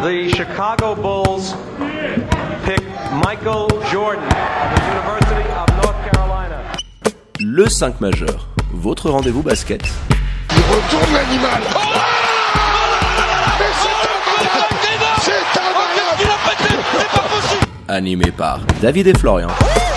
The Chicago Bulls pick Michael Jordan of the University of North Carolina. Le 5 majeur, votre rendez-vous basket. Il retourne l'animal. Oh mais c'est un malade. Il a pété, c'est pas possible. Animé par David et Florian.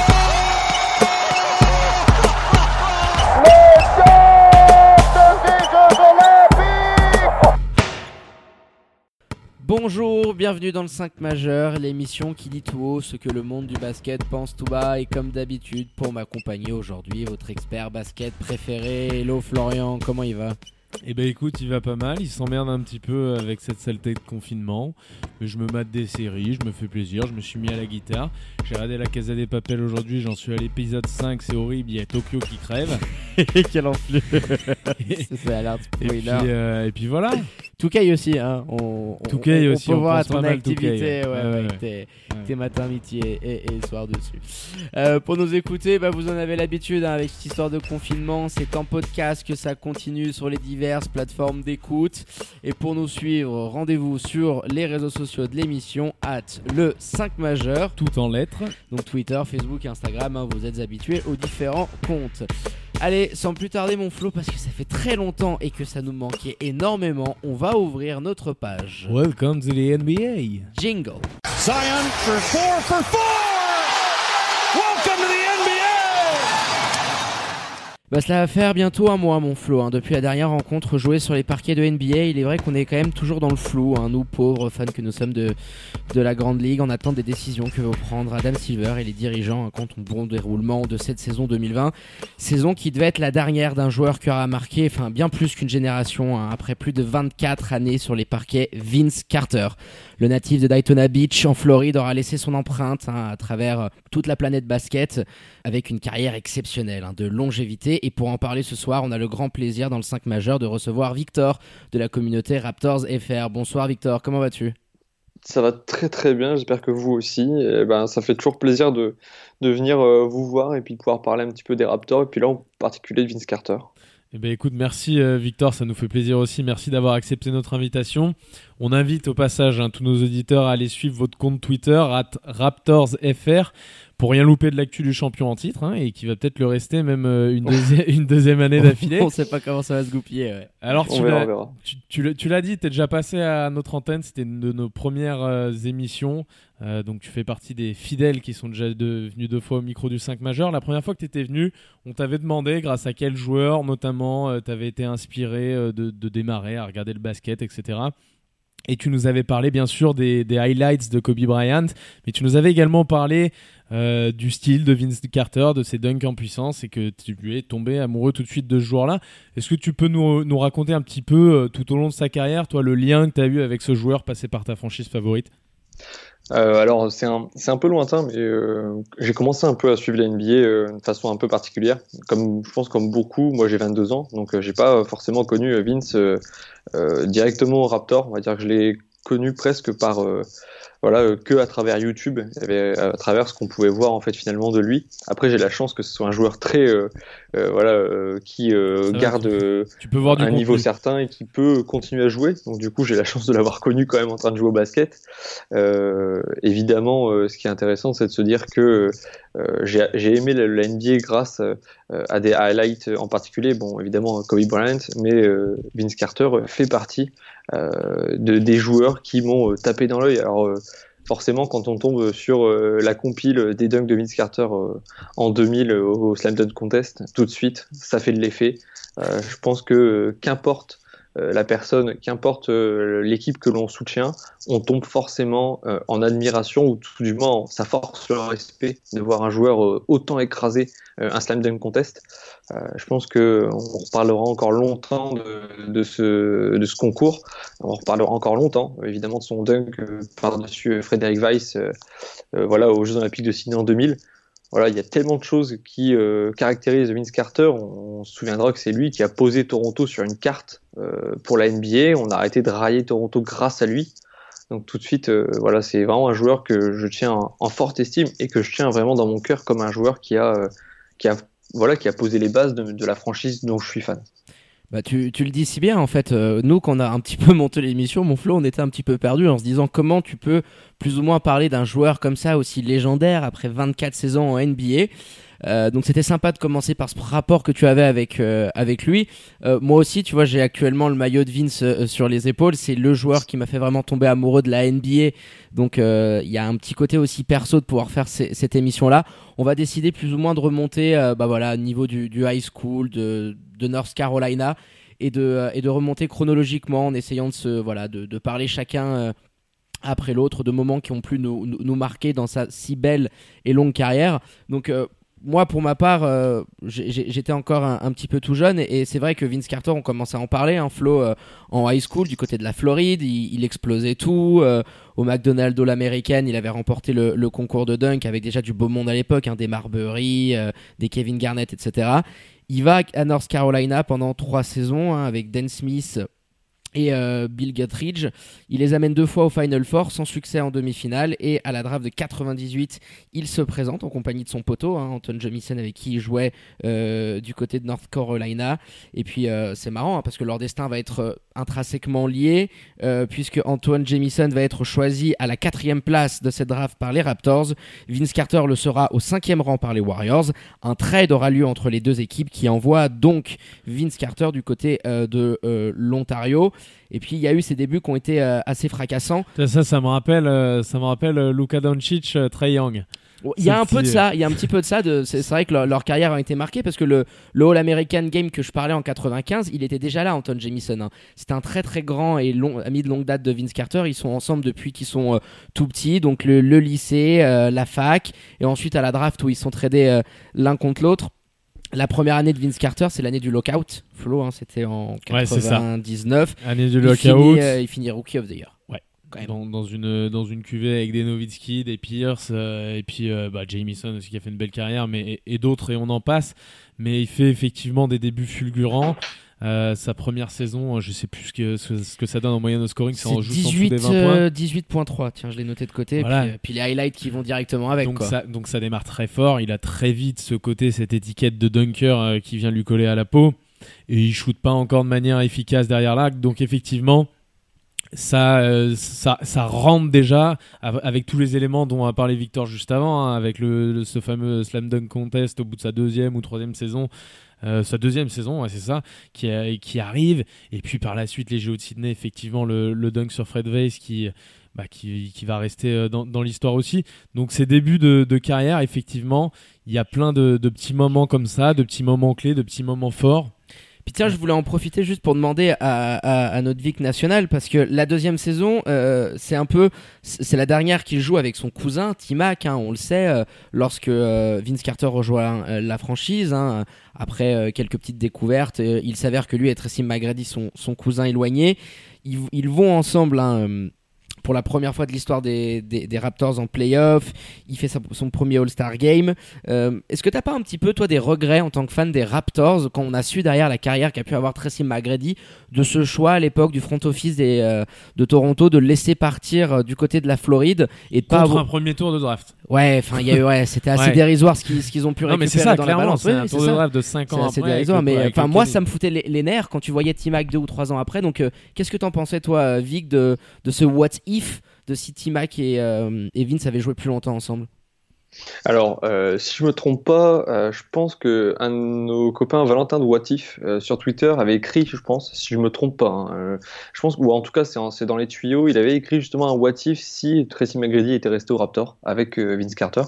Bonjour, bienvenue dans le 5 majeur, l'émission qui dit tout haut ce que le monde du basket pense tout bas. Et comme d'habitude, pour m'accompagner aujourd'hui, votre expert basket préféré. Hello Florian, comment il va ? Eh ben écoute, il va pas mal, il s'emmerde un petit peu avec cette saleté de confinement. Mais je me mate des séries, je me fais plaisir, je me suis mis à la guitare. J'ai regardé la Casa des Papel aujourd'hui, j'en suis à l'épisode 5, c'est horrible, il y a Tokyo qui crève. Quel enflé. Ça a l'air de spoiler. Et puis voilà. Touquet aussi, hein. On peut voir à ton activité avec tes matins, midi et soir dessus. Pour nous écouter, vous en avez l'habitude avec cette histoire de confinement. C'est en podcast que ça continue sur les diverses plateformes d'écoute. Et pour nous suivre, rendez-vous sur les réseaux sociaux de l'émission le 5 majeur. Tout en lettres. Donc Twitter, Facebook, Instagram, vous êtes habitués aux différents comptes. Allez, sans plus tarder mon Flo, parce que ça fait très longtemps et que ça nous manquait énormément, on va ouvrir notre page. Welcome to the NBA. Jingle. Zion for 4. Welcome to the NBA. Cela va faire bientôt un mois mon Flo, depuis la dernière rencontre jouée sur les parquets de NBA. Il est vrai qu'on est quand même toujours dans le flou, nous pauvres fans que nous sommes de la Grande Ligue, en attente des décisions que vont prendre Adam Silver et les dirigeants quant au bon déroulement de cette saison 2020. Saison qui devait être la dernière d'un joueur qui aura marqué bien plus qu'une génération, après plus de 24 années sur les parquets, Vince Carter. Le natif de Daytona Beach en Floride aura laissé son empreinte à travers toute la planète basket avec une carrière exceptionnelle de longévité. Et pour en parler ce soir, on a le grand plaisir dans le 5 majeur de recevoir Victor de la communauté Raptors FR. Bonsoir Victor, comment vas-tu ? Ça va très très bien, j'espère que vous aussi. Ça fait toujours plaisir de venir vous voir et puis de pouvoir parler un petit peu des Raptors et puis là en particulier de Vince Carter. Écoute, merci Victor, ça nous fait plaisir aussi. Merci d'avoir accepté notre invitation. On invite au passage tous nos auditeurs à aller suivre votre compte Twitter @RaptorsFR pour rien louper de l'actu du champion en titre et qui va peut-être le rester même une deuxième année d'affilée. On ne sait pas comment ça va se goupiller. Ouais. Alors on verra. Tu l'as dit, tu es déjà passé à notre antenne, c'était une de nos premières émissions. Donc tu fais partie des fidèles qui sont déjà venus 2 fois au micro du 5 majeur. La première fois que tu étais venu, on t'avait demandé grâce à quel joueur notamment tu avais été inspiré de démarrer à regarder le basket, etc. Et tu nous avais parlé bien sûr des highlights de Kobe Bryant, mais tu nous avais également parlé du style de Vince Carter, de ses dunks en puissance, et que tu es tombé amoureux tout de suite de ce joueur-là. Est-ce que tu peux nous raconter un petit peu tout au long de sa carrière, toi, le lien que tu as eu avec ce joueur passé par ta franchise favorite ? Alors c'est un peu lointain, mais j'ai commencé un peu à suivre la NBA de façon un peu particulière. Je pense comme beaucoup, moi j'ai 22 ans, donc j'ai pas forcément connu Vince directement au Raptor. On va dire que je l'ai connu presque par que à travers YouTube, à travers ce qu'on pouvait voir en fait finalement de lui. Après j'ai la chance que ce soit un joueur très qui garde tu peux voir un niveau certain et qui peut continuer à jouer. Donc du coup j'ai la chance de l'avoir connu quand même en train de jouer au basket. Évidemment, ce qui est intéressant, c'est de se dire que j'ai aimé la NBA grâce à des highlights en particulier. Bon, évidemment Kobe Bryant, mais Vince Carter fait partie des joueurs qui m'ont tapé dans l'œil. Alors forcément, quand on tombe sur la compile des dunks de Vince Carter en 2000 au Slam Dunk Contest, tout de suite, ça fait de l'effet. Je pense que qu'importe la personne, qu'importe l'équipe que l'on soutient, on tombe forcément en admiration ou tout du moins ça force le respect de voir un joueur autant écraser un Slam Dunk Contest. Je pense qu'on reparlera encore longtemps de ce concours. On reparlera encore longtemps, évidemment, de son dunk par-dessus Frédéric Weiss aux Jeux Olympiques de Sydney en 2000. Voilà, il y a tellement de choses qui caractérisent Vince Carter. On se souviendra que c'est lui qui a posé Toronto sur une carte pour la NBA. On a arrêté de railler Toronto grâce à lui. Donc tout de suite, c'est vraiment un joueur que je tiens en forte estime et que je tiens vraiment dans mon cœur comme un joueur qui a posé les bases de la franchise dont je suis fan. Bah tu le dis si bien en fait, nous quand on a un petit peu monté l'émission, mon Flo, on était un petit peu perdu en se disant comment tu peux plus ou moins parler d'un joueur comme ça aussi légendaire après 24 saisons en NBA. Donc c'était sympa de commencer par ce rapport que tu avais avec lui. Moi aussi, tu vois, j'ai actuellement le maillot de Vince sur les épaules. C'est le joueur qui m'a fait vraiment tomber amoureux de la NBA. Donc il y a un petit côté aussi perso de pouvoir faire cette émission-là. On va décider plus ou moins de remonter au niveau du high school, de North Carolina et de remonter chronologiquement en essayant de parler chacun après l'autre de moments qui ont pu nous marquer dans sa si belle et longue carrière. Donc moi, pour ma part, j'étais encore un petit peu tout jeune et c'est vrai que Vince Carter, on commençait à en parler, Flo, en high school du côté de la Floride, il explosait tout. Au McDonald's All-American, il avait remporté le concours de dunk avec déjà du beau monde à l'époque, des Marbury, des Kevin Garnett, etc. Il va à North Carolina pendant 3 saisons avec Dan Smith et Bill Guthridge. Il les amène 2 fois au Final Four sans succès en demi-finale et à la draft de 98 il se présente en compagnie de son poteau Anton Jamison avec qui il jouait du côté de North Carolina. Et puis c'est marrant parce que leur destin va être intrinsèquement lié puisque Antoine Jamison va être choisi à la 4e place de cette draft par les Raptors. Vince Carter le sera au 5e rang par les Warriors. Un trade aura lieu entre les deux équipes qui envoie donc Vince Carter du côté de l'Ontario. Et puis il y a eu ces débuts qui ont été assez fracassants. Ça me rappelle Luka Doncic, Trae Young. Il y a un peu de ça, il y a un petit peu de ça. C'est vrai que leur carrière a été marquée parce que le All-American Game que je parlais en 95, il était déjà là, Anton Jamison. C'était un très très grand et ami de longue date de Vince Carter. Ils sont ensemble depuis qu'ils sont tout petits, donc le lycée, la fac, et ensuite à la draft où ils sont tradés l'un contre l'autre. La première année de Vince Carter, c'est l'année du lockout. Flo, c'était en 99. Année du lockout. Il finit Rookie of the Year. Ouais. Dans une cuvée avec des Nowitzki, des Pierce, et puis Jamison aussi qui a fait une belle carrière, et d'autres, et on en passe. Mais il fait effectivement des débuts fulgurants. Sa première saison, je sais plus ce que ça donne en moyenne au scoring, c'est en juste en dessous des 20 points. 18.3, tiens, je l'ai noté de côté. Voilà. Puis les highlights qui vont directement avec. Donc ça démarre très fort. Il a très vite cette étiquette de dunker qui vient lui coller à la peau. Et il shoot pas encore de manière efficace derrière l'arc. Donc effectivement, ça rentre déjà avec tous les éléments dont a parlé Victor juste avant, avec ce fameux Slam Dunk Contest au bout de sa 2e ou 3e saison. Sa 2e saison, c'est ça, qui arrive, et puis par la suite les JO de Sydney, effectivement le dunk sur Fred Weiss qui va rester dans l'histoire aussi. Donc ces débuts de carrière, effectivement, il y a plein de petits moments comme ça, de petits moments clés, de petits moments forts. Puis tiens, je voulais en profiter juste pour demander à notre Vic national, parce que la 2e saison, c'est la dernière qu'il joue avec son cousin T-Mac, on le sait, lorsque Vince Carter rejoint la franchise, après quelques petites découvertes, il s'avère que lui et Tracy McGrady sont son cousin éloigné. Ils vont ensemble pour la première fois de l'histoire des Raptors en play-off. Il fait son premier All-Star Game. Est-ce que t'as pas un petit peu, toi, des regrets en tant que fan des Raptors quand on a su derrière la carrière qu'a pu avoir Tracy McGrady de ce choix à l'époque du front office de Toronto de le laisser partir du côté de la Floride et de pas contre un premier tour de draft. Ouais, c'était assez dérisoire ce qu'ils ont pu récupérer mais c'est ça, dans la balance. C'est un tour de draft de 5 ans c'est après. assez dérisoire, mais moi ça me foutait les nerfs quand tu voyais T-Mac 2 ou 3 ans après. Donc qu'est-ce que t'en pensais, toi, Vic, de ce what if de si T-Mac et Vince avaient joué plus longtemps ensemble? Alors, si je me trompe pas, je pense que un de nos copains, Valentin de Watif, sur Twitter, avait écrit, je pense, si je me trompe pas, je pense, ou en tout cas c'est dans les tuyaux, il avait écrit justement un Watif si Tracy McGrady était resté au Raptor avec Vince Carter,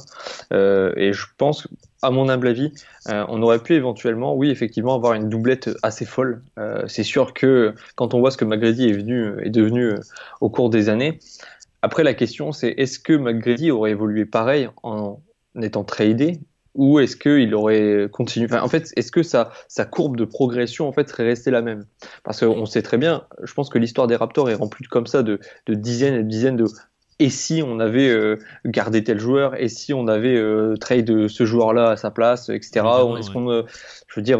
et je pense, à mon humble avis, on aurait pu éventuellement, oui, effectivement, avoir une doublette assez folle. C'est sûr que quand on voit ce que McGrady est devenu au cours des années. Après, la question, c'est est-ce que McGrady aurait évolué pareil en étant tradé ou est-ce qu'il aurait continué? Enfin, en fait, est-ce que sa courbe de progression en fait serait restée la même? Parce qu'on sait très bien, je pense que l'histoire des Raptors est remplie comme ça de dizaines et de dizaines de et si on avait gardé tel joueur, et si on avait trade ce joueur-là à sa place, etc. Je veux dire,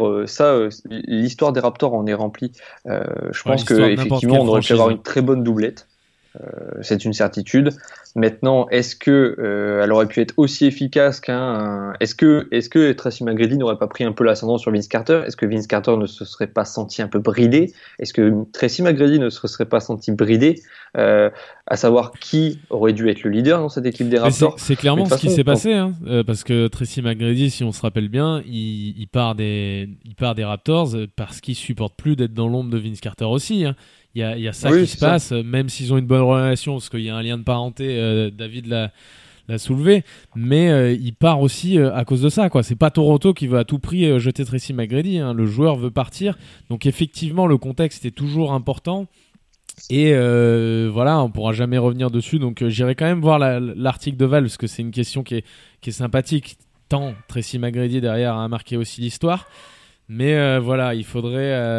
l'histoire des Raptors en est remplie. Je pense qu'effectivement, on aurait pu avoir une très bonne doublette. C'est une certitude. Maintenant, est-ce que elle aurait pu être aussi efficace est-ce que Tracy McGrady n'aurait pas pris un peu l'ascendant sur Vince Carter? Est-ce que Vince Carter ne se serait pas senti un peu bridé? Est-ce que Tracy McGrady ne se serait pas senti bridé? À savoir qui aurait dû être le leader dans cette équipe des Raptors? C'est clairement ce qui s'est passé, hein, parce que Tracy McGrady, si on se rappelle bien, il part des Raptors parce qu'il supporte plus d'être dans l'ombre de Vince Carter aussi, hein. Il y a ça qui se passe, même s'ils ont une bonne relation, parce qu'il y a un lien de parenté, David l'a soulevé, mais il part aussi à cause de ça, quoi. C'est pas Toronto qui veut à tout prix jeter Tracy McGrady, hein. Le joueur veut partir, donc effectivement le contexte est toujours important. Et voilà, on pourra jamais revenir dessus, donc j'irai quand même voir l'article de Val, parce que c'est une question qui est sympathique, tant Tracy McGrady derrière a marqué aussi l'histoire. Mais voilà, il faut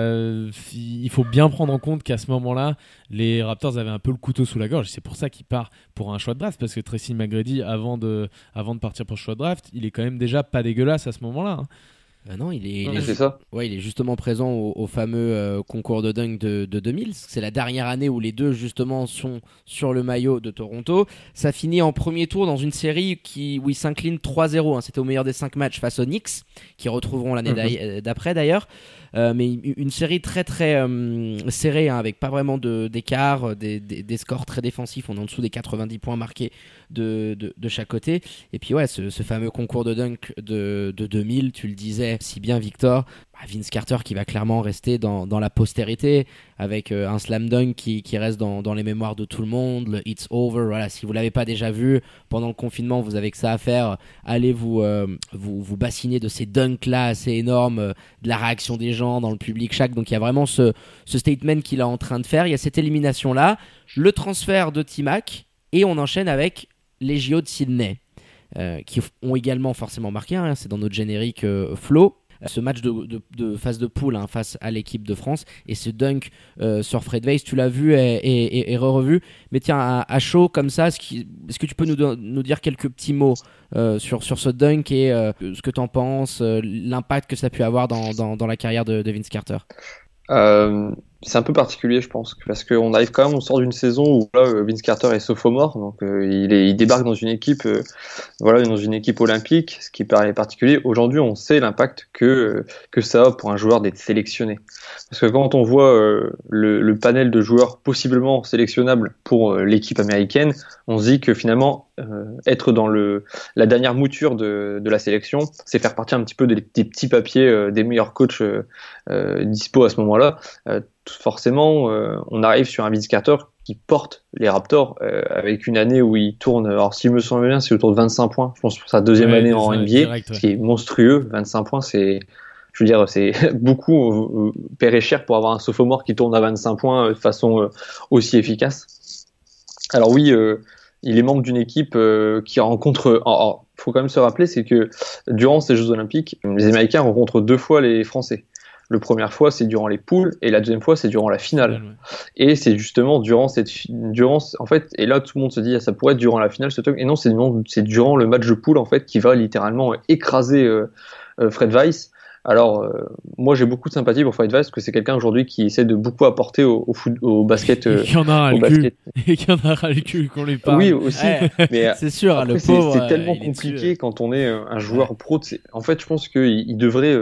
bien prendre en compte qu'à ce moment-là, les Raptors avaient un peu le couteau sous la gorge. C'est pour ça qu'il part pour un choix de draft, parce que Tracy McGrady, avant de partir pour le choix de draft, il est quand même déjà pas dégueulasse à ce moment-là, hein. Non, c'est ça. Ouais, il est justement présent au fameux concours de dunk de 2000. C'est la dernière année où les deux justement sont sur le maillot de Toronto. Ça finit en premier tour dans une série où ils s'inclinent 3-0. Hein. C'était au meilleur des 5 matchs face aux Knicks, qui retrouveront l'année d'après d'ailleurs. Mais une série très très serrée, hein, avec pas vraiment d'écart, des scores très défensifs. On est en dessous des 90 points marqués de chaque côté. Et puis ouais, ce fameux concours de dunk de 2000, tu le disais si bien Victor, Vince Carter qui va clairement rester dans la postérité, avec un slam dunk qui reste dans les mémoires de tout le monde, le It's Over. Voilà, si vous l'avez pas déjà vu pendant le confinement, vous avez que ça à faire, allez vous bassiner de ces dunks là assez énormes, de la réaction des gens dans le public, donc il y a vraiment ce statement qu'il est en train de faire. Il y a cette élimination là, le transfert de T-Mac, et on enchaîne avec les JO de Sydney, qui ont également forcément marqué, hein, c'est dans notre générique Flo. Ce match de phase de poule, hein, face à l'équipe de France, et ce dunk sur Fred Weiss, tu l'as vu et revu. Mais tiens, à chaud comme ça, est-ce que tu peux nous dire quelques petits mots sur ce dunk et ce que tu en penses, l'impact que ça a pu avoir dans la carrière de Vince Carter? C'est un peu particulier, je pense, parce qu'on arrive quand même, on sort d'une saison où là, Vince Carter est sophomore, donc il débarque dans une équipe, dans une équipe olympique, ce qui paraît particulier. Aujourd'hui, on sait l'impact que ça a pour un joueur d'être sélectionné, parce que quand on voit le panel de joueurs possiblement sélectionnables pour l'équipe américaine, on se dit que finalement être dans la dernière mouture de la sélection, c'est faire partie un petit peu des petits papiers des meilleurs coachs dispo à ce moment-là. Forcément, on arrive sur un Vince Carter qui porte les Raptors avec une année où il tourne, alors s'il me semble bien, c'est autour de 25 points, je pense, pour sa deuxième année en NBA, direct, ce qui est monstrueux. 25 points, c'est beaucoup paierait cher pour avoir un sophomore qui tourne à 25 points de façon aussi efficace. Alors oui, il est membre d'une équipe qui rencontre... faut quand même se rappeler, c'est que durant ces Jeux Olympiques, les Américains rencontrent 2 fois les Français. La première fois, c'est durant les poules, et la deuxième fois, c'est durant la finale. Ouais. Et c'est justement en fait, et là, tout le monde se dit, ça pourrait être durant la finale, ce truc. Et non, c'est durant le match de poule, en fait, qui va littéralement écraser Fred Weiss. Alors, moi, j'ai beaucoup de sympathie pour Fred Weiss, parce que c'est quelqu'un aujourd'hui qui essaie de beaucoup apporter au basket. Et qui en a ras le cul. Et qui en a ras le cul, qu'on lui parle. Oui, aussi. Mais c'est sûr, après, le pauvre. C'est tellement compliqué quand on est un joueur pro. En fait, je pense qu'il devrait.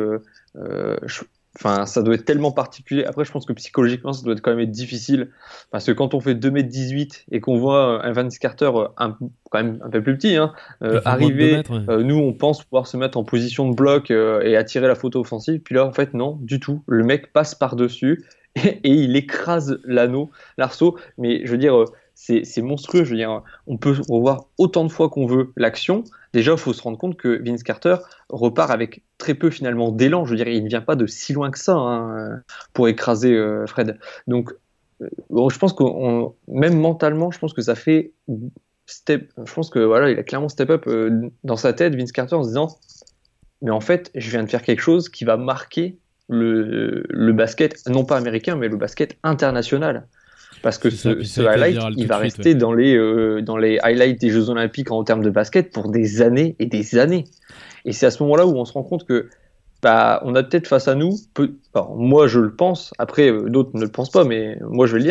Ça doit être tellement particulier. Après, je pense que psychologiquement, ça doit quand même être difficile. Parce que quand on fait 2m18 et qu'on voit un Vince Carter quand même un peu plus petit, arriver, nous, on pense pouvoir se mettre en position de bloc et attirer la faute offensive. Puis là, en fait, non, du tout. Le mec passe par-dessus et il écrase l'arceau. Mais je veux dire, c'est monstrueux. Je veux dire, on peut revoir autant de fois qu'on veut l'action. Déjà, il faut se rendre compte que Vince Carter repart avec très peu finalement d'élan. Je veux dire, il ne vient pas de si loin que ça pour écraser Fred. Donc, je pense que même mentalement, je pense que ça fait step. Je pense que voilà, il a clairement step up dans sa tête, Vince Carter, en se disant, mais en fait, je viens de faire quelque chose qui va marquer le basket, non pas américain, mais le basket international. Parce que ce highlight, il va rester dans les highlights des Jeux Olympiques en termes de basket pour des années et des années. Et c'est à ce moment-là où on se rend compte que on a peut-être face à nous, alors moi je le pense, après d'autres ne le pensent pas, mais moi je vais le dire,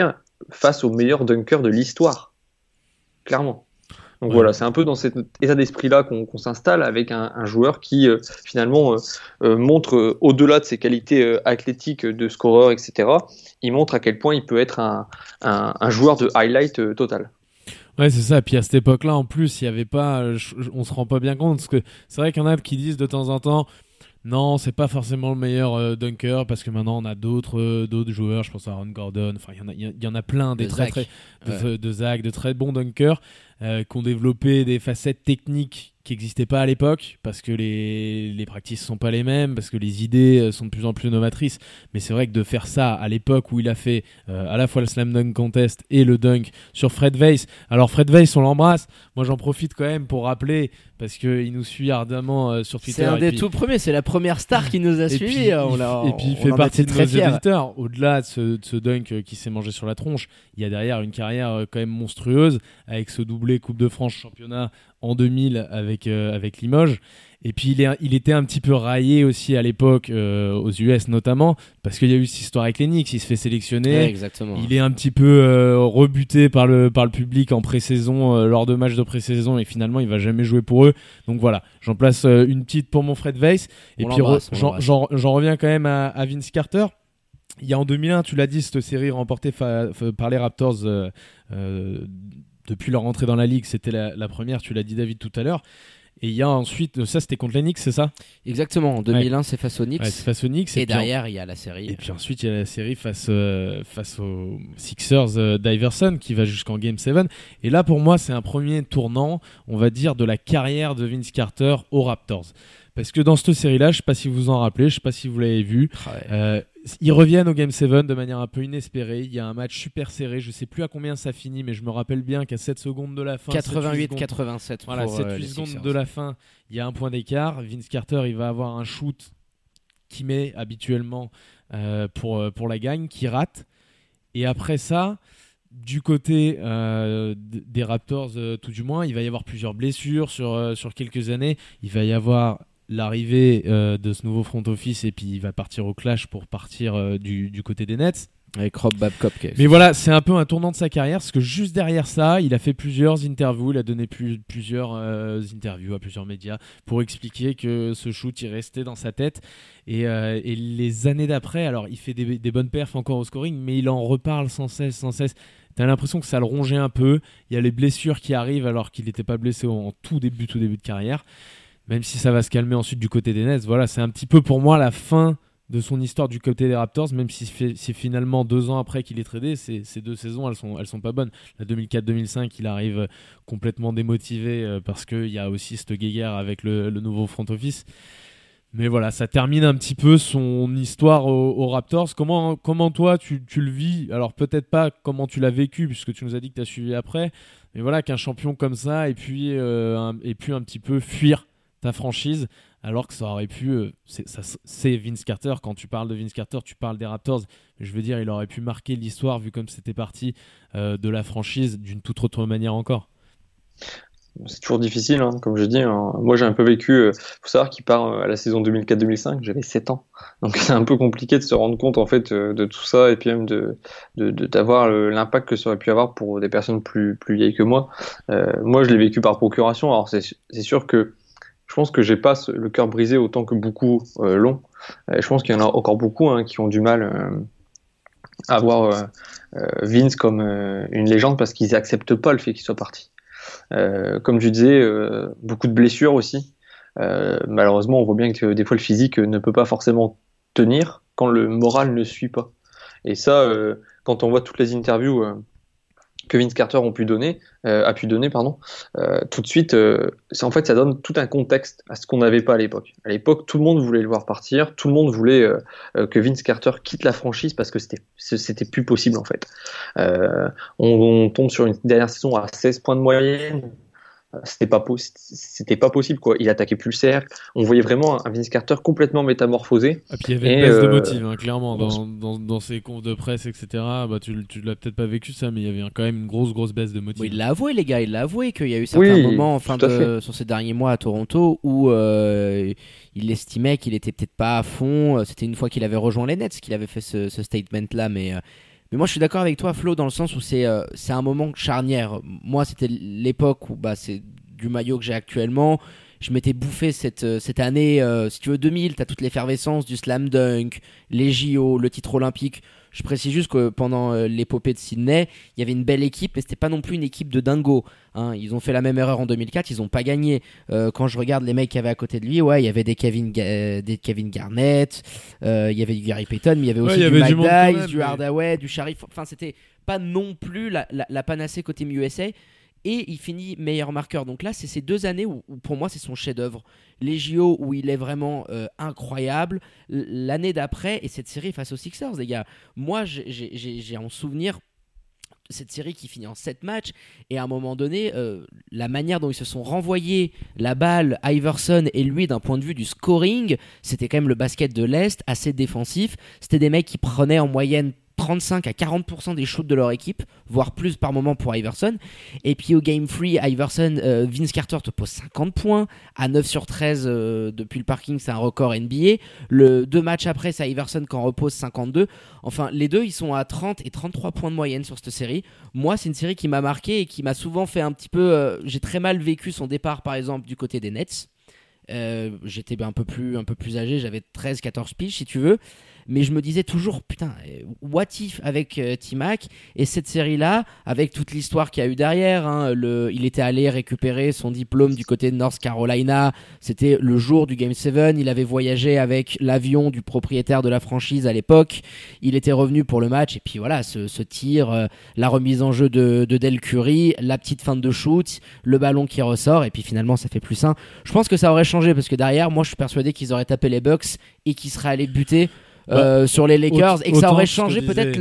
face au meilleur dunker de l'histoire, clairement. Donc voilà, c'est un peu dans cet état d'esprit-là qu'on s'installe avec un joueur qui finalement montre, au-delà de ses qualités athlétiques de scoreur, etc., il montre à quel point il peut être un joueur de highlight total. Ouais, c'est ça. Puis à cette époque-là, en plus, il y avait pas, on se rend pas bien compte, parce que c'est vrai qu'il y en a qui disent de temps en temps, non, c'est pas forcément le meilleur dunker, parce que maintenant on a d'autres joueurs. Je pense à Aaron Gordon. Enfin, il y en a plein des Zach, de Zach, de très bons dunkers qui ont développé des facettes techniques qui n'existaient pas à l'époque, parce que les practices sont pas les mêmes, parce que les idées sont de plus en plus novatrices. Mais c'est vrai que de faire ça à l'époque où il a fait à la fois le slam dunk contest et le dunk sur Fred Weiss. Alors Fred Weiss, on l'embrasse. Moi, j'en profite quand même pour rappeler, parce qu'il nous suit ardemment sur Twitter. C'est un des tout premiers, c'est la première star qui nous a suivis. Et puis il fait partie de nos éditeurs. Au-delà de ce dunk qui s'est mangé sur la tronche, il y a derrière une carrière quand même monstrueuse, avec ce doublé Coupe de France championnat en 2000 avec Limoges. Et puis il était un petit peu raillé aussi à l'époque aux US notamment, parce qu'il y a eu cette histoire avec les Knicks, il se fait sélectionner. Ouais, exactement. Il est un petit peu rebuté par le public en pré-saison, lors de matchs de pré-saison, et finalement il va jamais jouer pour eux. Donc voilà, j'en place une petite pour mon Fred Weiss. Et puis j'en reviens quand même à Vince Carter. Il y a en 2001, tu l'as dit, cette série remportée par les Raptors depuis leur entrée dans la ligue, c'était la première, tu l'as dit David tout à l'heure. Et il y a ensuite, ça c'était contre les Knicks, c'est ça ? Exactement, en 2001 c'est face aux Knicks. Ouais, c'est face aux Knicks. Et derrière il y a la série. Et puis ensuite il y a la série face aux Sixers d'Iverson qui va jusqu'en Game 7. Et là pour moi c'est un premier tournant, on va dire, de la carrière de Vince Carter aux Raptors. Parce que dans cette série-là, je ne sais pas si vous vous en rappelez, je ne sais pas si vous l'avez vu, ils reviennent au Game 7 de manière un peu inespérée. Il y a un match super serré, je ne sais plus à combien ça finit, mais je me rappelle bien qu'à 7 secondes de la fin, 88-87 voilà, 7-8 secondes de la fin, il y a un point d'écart. Vince Carter, il va avoir un shoot qu'il met habituellement pour la gagne, qui rate. Et après ça, du côté des Raptors, tout du moins, il va y avoir plusieurs blessures sur quelques années. Il va y avoir l'arrivée de ce nouveau front office, et puis il va partir au clash pour partir du côté des Nets. Avec Rob Babcock. Mais voilà, c'est un peu un tournant de sa carrière, parce que juste derrière ça, il a fait plusieurs interviews, il a donné plusieurs interviews à plusieurs médias pour expliquer que ce shoot, il restait dans sa tête. Et les années d'après, alors il fait des bonnes perfs encore au scoring, mais il en reparle sans cesse. T'as l'impression que ça le rongeait un peu. Il y a les blessures qui arrivent alors qu'il n'était pas blessé en tout début de carrière. Même si ça va se calmer ensuite du côté des Nets. Voilà, c'est un petit peu pour moi la fin de son histoire du côté des Raptors, même si c'est finalement 2 ans après qu'il est tradé. Ces 2 saisons, elles sont pas bonnes. La 2004-2005, il arrive complètement démotivé parce qu'il y a aussi cette guéguerre avec le nouveau front office. Mais voilà, ça termine un petit peu son histoire aux Raptors. Comment toi tu le vis ? Alors peut-être pas comment tu l'as vécu, puisque tu nous as dit que tu as suivi après, mais voilà, qu'un champion comme ça et puis un petit peu fuir ta franchise, alors que ça aurait pu... c'est Vince Carter. Quand tu parles de Vince Carter, tu parles des Raptors. Je veux dire, il aurait pu marquer l'histoire, vu comme c'était parti de la franchise, d'une toute autre manière encore. C'est toujours difficile, hein, comme je dis. Hein. Moi, j'ai un peu vécu... faut savoir qu'il part à la saison 2004-2005, j'avais 7 ans. Donc, c'est un peu compliqué de se rendre compte, en fait, de tout ça, et puis même d'avoir l'impact que ça aurait pu avoir pour des personnes plus vieilles que moi. Moi, je l'ai vécu par procuration. Alors, c'est sûr que je pense que j'ai pas le cœur brisé autant que beaucoup l'ont. Je pense qu'il y en a encore beaucoup qui ont du mal à voir Vince comme une légende, parce qu'ils acceptent pas le fait qu'il soit parti. Comme tu disais, beaucoup de blessures aussi. Malheureusement, on voit bien que des fois le physique ne peut pas forcément tenir quand le moral ne suit pas. Et ça, quand on voit toutes les interviews que Vince Carter a pu donner, tout de suite, en fait, ça donne tout un contexte à ce qu'on n'avait pas à l'époque. À l'époque, tout le monde voulait le voir partir, tout le monde voulait que Vince Carter quitte la franchise, parce que c'était plus possible, en fait. On tombe sur une dernière saison à 16 points de moyenne. C'était pas possible, quoi. Il attaquait plus le cercle. On voyait vraiment un Vince Carter complètement métamorphosé. Et puis il y avait une baisse de motive, clairement, dans ses confs de presse, etc. Bah, tu l'as peut-être pas vécu ça, mais il y avait quand même une grosse baisse de motive. Bon, il l'a avoué, les gars, il l'a avoué qu'il y a eu certains moments sur ces derniers mois à Toronto où il estimait qu'il était peut-être pas à fond. C'était une fois qu'il avait rejoint les Nets qu'il avait fait ce statement-là, Mais moi, je suis d'accord avec toi, Flo, dans le sens où c'est un moment charnière. Moi, c'était l'époque où c'est du maillot que j'ai actuellement. Je m'étais bouffé cette année, si tu veux, 2000, t'as toute l'effervescence du slam dunk, les JO, le titre olympique. Je précise juste que pendant l'épopée de Sydney, il y avait une belle équipe, mais c'était pas non plus une équipe de dingo. Hein. Ils ont fait la même erreur en 2004, ils ont pas gagné. Quand je regarde les mecs qu'il y avait à côté de lui, il y avait des Kevin Garnett, il y avait du Gary Payton, mais il y avait aussi du Mike Dice, du Hardaway, du Sharif. Enfin, c'était pas non plus la panacée côté USA. Et il finit meilleur marqueur. Donc là, c'est ces 2 années où pour moi, c'est son chef-d'œuvre. Les JO où il est vraiment incroyable. L'année d'après, et cette série face aux Sixers, les gars. Moi, j'ai en souvenir cette série qui finit en 7 matchs. Et à un moment donné, la manière dont ils se sont renvoyés la balle, Iverson et lui, d'un point de vue du scoring, c'était quand même le basket de l'Est, assez défensif. C'était des mecs qui prenaient en moyenne 35 à 40% des shoots de leur équipe, voire plus par moment pour Iverson. Et puis au Game 3, Vince Carter te pose 50 points, à 9 sur 13 depuis le parking, c'est un record NBA. Le 2 matchs après, c'est Iverson qui en repose 52. Enfin, les deux, ils sont à 30 et 33 points de moyenne sur cette série. Moi, c'est une série qui m'a marqué et qui m'a souvent fait un petit peu... j'ai très mal vécu son départ, par exemple, du côté des Nets. J'étais un peu plus âgé, j'avais 13-14 piges si tu veux, mais je me disais toujours putain, what if avec T-Mac. Et cette série là, avec toute l'histoire qu'il y a eu derrière, hein, il était allé récupérer son diplôme du côté de North Carolina, c'était le jour du Game 7, il avait voyagé avec l'avion du propriétaire de la franchise à l'époque, il était revenu pour le match, et puis voilà, ce tir, la remise en jeu de Del Curry, la petite feinte de shoot, le ballon qui ressort, et puis finalement ça fait plus 1. Je pense que ça aurait changé, parce que derrière, moi je suis persuadé qu'ils auraient tapé les Bucks et qu'ils seraient allés buter sur les Lakers, et que ça aurait changé peut-être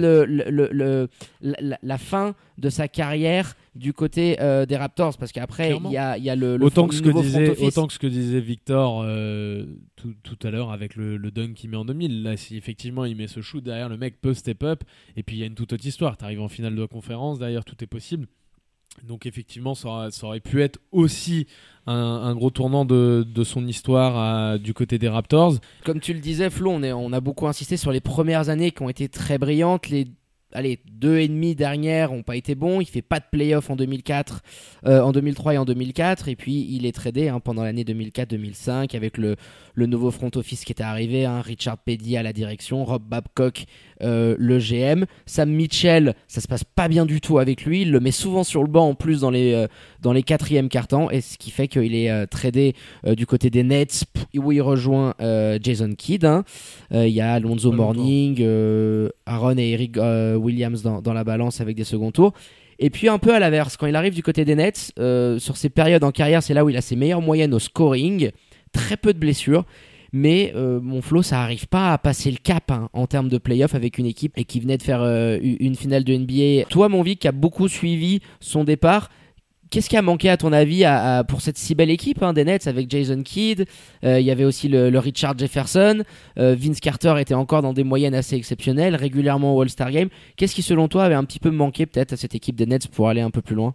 la fin de sa carrière du côté des Raptors, parce qu'après il y a le autant que ce que disait Victor tout à l'heure avec le dunk qu'il met en 2000. Là, si effectivement il met ce shoot derrière, le mec peut step up, et puis il y a une toute autre histoire. T'arrives en finale de la conférence, derrière tout est possible. Donc effectivement, ça aurait pu être aussi un gros tournant de son histoire du côté des Raptors. Comme tu le disais, Flo, on a beaucoup insisté sur les premières années qui ont été très brillantes. Les 2,5 dernières n'ont pas été bons. Il fait pas de play-off en 2004, en 2003 et en 2004. Et puis il est tradé pendant l'année 2004-2005 avec le nouveau front office qui était arrivé, Richard Peddy à la direction, Rob Babcock le GM. Sam Mitchell, ça se passe pas bien du tout avec lui. Il le met souvent sur le banc en plus dans les 4e quart-temps, et ce qui fait qu'il est tradé du côté des Nets où il rejoint Jason Kidd. Il y a Alonzo Mourning, Aaron et Eric Williams dans la balance avec des seconds tours. Et puis un peu à l'inverse, quand il arrive du côté des Nets, sur ses périodes en carrière, c'est là où il a ses meilleures moyennes au scoring, très peu de blessures. Mais mon Flo, ça n'arrive pas à passer le cap en termes de play-off avec une équipe et qui venait de faire une finale de NBA. Toi, mon Vic, qui a beaucoup suivi son départ, qu'est-ce qui a manqué à ton avis pour cette si belle équipe des Nets avec Jason Kidd? Il y avait aussi le Richard Jefferson. Vince Carter était encore dans des moyennes assez exceptionnelles, régulièrement au All-Star Game. Qu'est-ce qui, selon toi, avait un petit peu manqué peut-être à cette équipe des Nets pour aller un peu plus loin?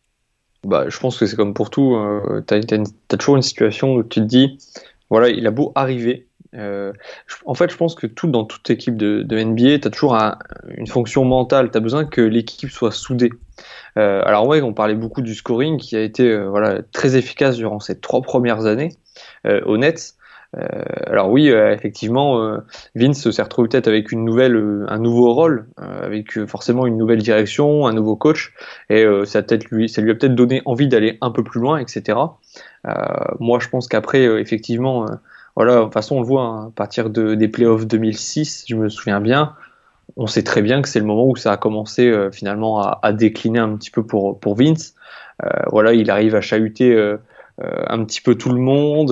Je pense que c'est comme pour tout. T'as toujours une situation où tu te dis, voilà, il a beau arriver. En fait, je pense que dans toute équipe de NBA, tu as toujours une fonction mentale. Tu as besoin que l'équipe soit soudée. Alors ouais, on parlait beaucoup du scoring qui a été très efficace durant ces 3 premières années aux Nets. Alors oui, effectivement, Vince s'est retrouvé peut-être avec un nouveau rôle, avec forcément une nouvelle direction, un nouveau coach, et ça lui a peut-être donné envie d'aller un peu plus loin, etc. Moi, je pense qu'après, effectivement, de toute façon, on le voit à partir des playoffs 2006, je me souviens bien. On sait très bien que c'est le moment où ça a commencé finalement à décliner un petit peu pour Vince. Il arrive à chahuter un petit peu tout le monde,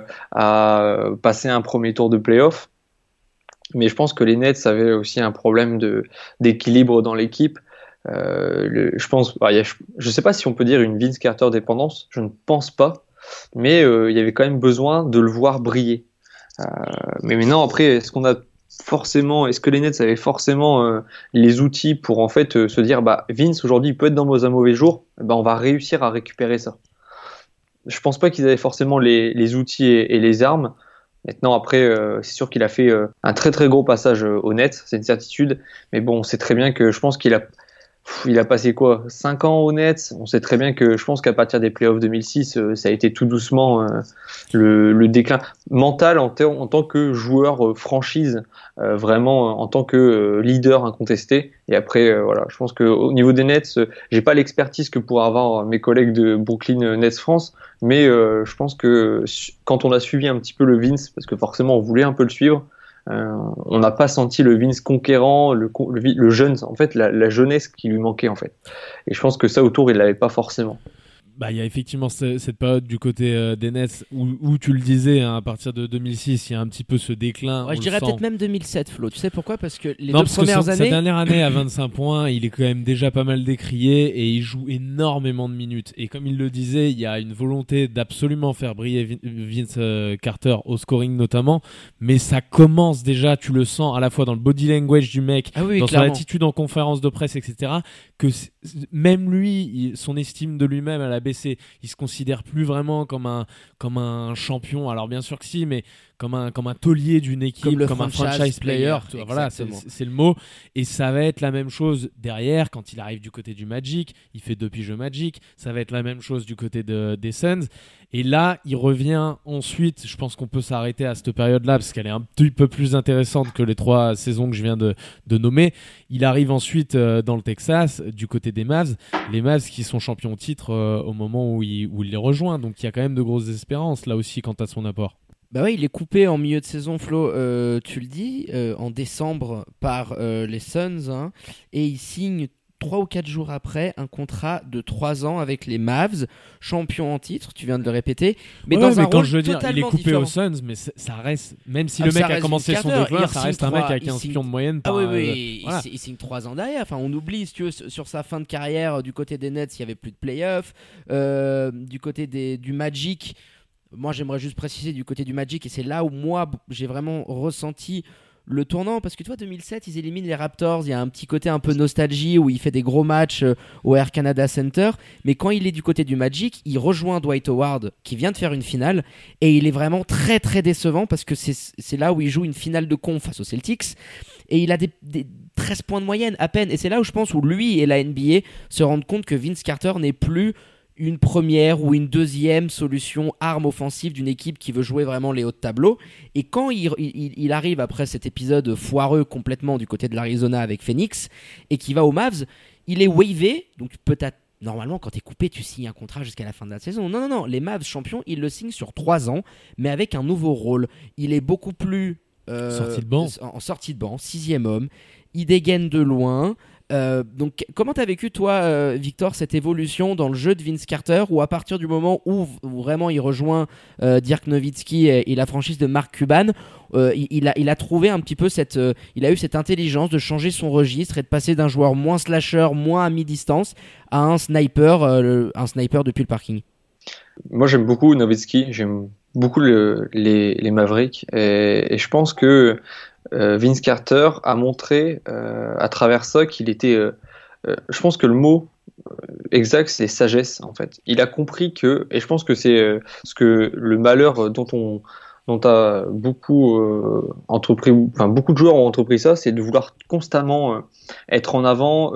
à passer un premier tour de play-off. Mais je pense que les Nets avaient aussi un problème d'équilibre dans l'équipe. Je sais pas si on peut dire une Vince Carter dépendance, je ne pense pas, mais il y avait quand même besoin de le voir briller. Mais maintenant, après, est-ce que les Nets avaient forcément les outils pour en fait se dire Vince aujourd'hui il peut être dans un mauvais jour, on va réussir à récupérer ça. Je pense pas qu'ils avaient forcément les outils et les armes. Maintenant, après, c'est sûr qu'il a fait un très très gros passage au Nets, c'est une certitude. Mais bon, on sait très bien que je pense qu'il a passé quoi 5 ans au Nets. On sait très bien que je pense qu'à partir des playoffs 2006, ça a été tout doucement le déclin mental en tant que joueur franchise, vraiment en tant que leader incontesté. Et après, voilà, je pense qu'au niveau des Nets, j'ai pas l'expertise que pourraient avoir mes collègues de Brooklyn Nets France, mais je pense que quand on a suivi un petit peu le Vince, parce que forcément on voulait un peu le suivre, on n'a pas senti le Vince conquérant, le jeune, en fait, la jeunesse qui lui manquait, en fait. Et je pense que ça, autour, il l'avait pas forcément. Bah, il y a effectivement cette période du côté des Nets où tu le disais, hein, à partir de 2006, il y a un petit peu ce déclin. Ouais, je dirais peut-être même 2007, Flo. Tu sais pourquoi ? Parce que les deux parce premières que années. Sa dernière année à 25 points, il est quand même déjà pas mal décrié et il joue énormément de minutes. Et comme il le disait, il y a une volonté d'absolument faire briller Vince Carter au scoring notamment, mais ça commence déjà, tu le sens à la fois dans le body language du mec, dans son attitude en conférence de presse, etc., que même lui, son estime de lui-même, elle a baissé. Il se considère plus vraiment comme un champion. Alors bien sûr que si, mais comme un taulier d'une équipe, comme un franchise player. Voilà, c'est le mot. Et ça va être la même chose derrière quand il arrive du côté du Magic. Il fait 2 piges au Magic. Ça va être la même chose du côté des Suns. Et là, il revient ensuite. Je pense qu'on peut s'arrêter à cette période-là parce qu'elle est un petit peu plus intéressante que les 3 saisons que je viens de nommer. Il arrive ensuite dans le Texas, du côté des Mavs. Les Mavs qui sont champions titre au moment où il les rejoint. Donc il y a quand même de grosses espérances là aussi quant à son apport. Bah ouais, il est coupé en milieu de saison, Flo, tu le dis, en décembre par les Suns, hein, et il signe 3 ou 4 jours après un contrat de 3 ans avec les Mavs, champion en titre, tu viens de le répéter, mais dans un rôle totalement il est coupé différent. aux Suns, mais ça reste, même si le mec a commencé son déclin, ça reste un mec à 15 pions de moyenne par, voilà. Il signe 3 ans derrière. Enfin, on oublie, si tu veux, sur sa fin de carrière, du côté des Nets, il n'y avait plus de playoffs, du côté du Magic. Moi, j'aimerais juste préciser du côté du Magic, et c'est là où moi, j'ai vraiment ressenti le tournant, parce que tu vois, 2007, ils éliminent les Raptors, il y a un petit côté un peu nostalgie où il fait des gros matchs au Air Canada Center, mais quand il est du côté du Magic, il rejoint Dwight Howard, qui vient de faire une finale, et il est vraiment très très décevant, parce que c'est là où il joue une finale de conf face aux Celtics, et il a des 13 points de moyenne à peine, et c'est là où je pense où lui et la NBA se rendent compte que Vince Carter n'est plus une première ou une deuxième solution arme offensive d'une équipe qui veut jouer vraiment les hauts de tableau. Et quand il arrive après cet épisode foireux complètement du côté de l'Arizona avec Phoenix et qui va aux Mavs, il est wavé, donc peut-être normalement quand t'es coupé tu signes un contrat jusqu'à la fin de la saison. Non, les Mavs champions, il le signe sur 3 ans mais avec un nouveau rôle. Il est beaucoup plus en sortie de banc, 6e homme, il dégaine de loin. Donc comment t'as vécu toi Victor cette évolution dans le jeu de Vince Carter, où à partir du moment où vraiment il rejoint Dirk Nowitzki et la franchise de Mark Cuban, il a trouvé un petit peu il a eu cette intelligence de changer son registre et de passer d'un joueur moins slasher, moins à mi-distance à un sniper depuis le parking. Moi j'aime beaucoup Nowitzki, j'aime beaucoup les Mavericks, et je pense que Vince Carter a montré à travers ça qu'il était. Je pense que le mot exact, c'est sagesse en fait. Il a compris que, et je pense que c'est ce que le malheur dont a beaucoup beaucoup de joueurs ont entrepris ça, c'est de vouloir constamment être en avant,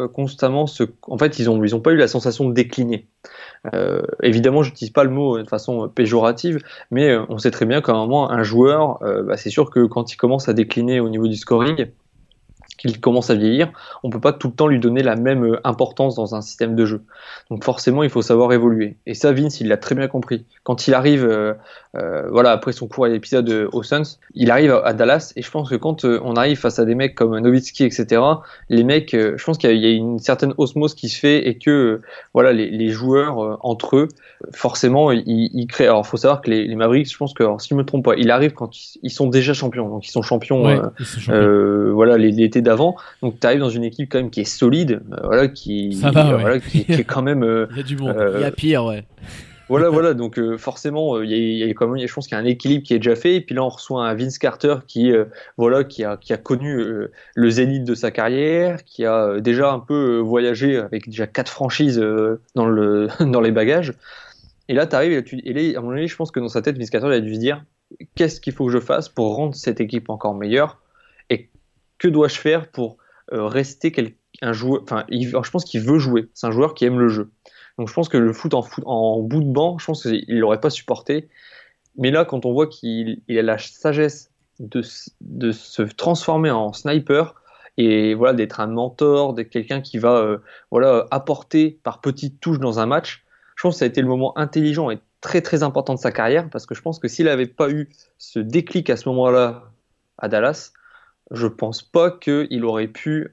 en fait, ils ont pas eu la sensation de décliner. Évidemment, j'utilise pas le mot de façon péjorative, mais on sait très bien qu'à un moment, un joueur, c'est sûr que quand il commence à décliner au niveau du scoring, qu'il commence à vieillir, on peut pas tout le temps lui donner la même importance dans un système de jeu. Donc forcément, il faut savoir évoluer. Et ça, Vince, il l'a très bien compris. Quand il arrive, après son court épisode aux Suns, il arrive à Dallas, et je pense que quand on arrive face à des mecs comme Nowitzki, etc., les mecs, je pense qu'il y a une certaine osmose qui se fait, et que les joueurs entre eux, forcément, ils créent. Alors, faut savoir que les Mavericks, je pense que, alors, si je me trompe pas, il arrive quand ils sont déjà champions. Donc, ils sont champions, l'été d'avant. Donc, tu arrives dans une équipe quand même qui est solide, qui est quand même. Il y a du bon. Il y a pire, ouais. Voilà, donc forcément, il y a quand même, je pense qu'il y a un équilibre qui est déjà fait. Et puis là, on reçoit un Vince Carter qui a connu le zénith de sa carrière, qui a déjà un peu voyagé avec déjà 4 franchises dans les bagages. Et là, t'arrives, et là, à mon avis, je pense que dans sa tête, Vince Carter, il a dû se dire, qu'est-ce qu'il faut que je fasse pour rendre cette équipe encore meilleure et que dois-je faire pour rester un joueur. Enfin, je pense qu'il veut jouer. C'est un joueur qui aime le jeu. Donc je pense que le foot en bout de banc, je pense qu'il l'aurait pas supporté. Mais là, quand on voit qu'il a la sagesse de se transformer en sniper et voilà, d'être un mentor, d'être quelqu'un qui va apporter par petites touches dans un match, je pense que ça a été le moment intelligent et très très important de sa carrière, parce que je pense que s'il n'avait pas eu ce déclic à ce moment-là à Dallas, je pense pas qu'il aurait pu,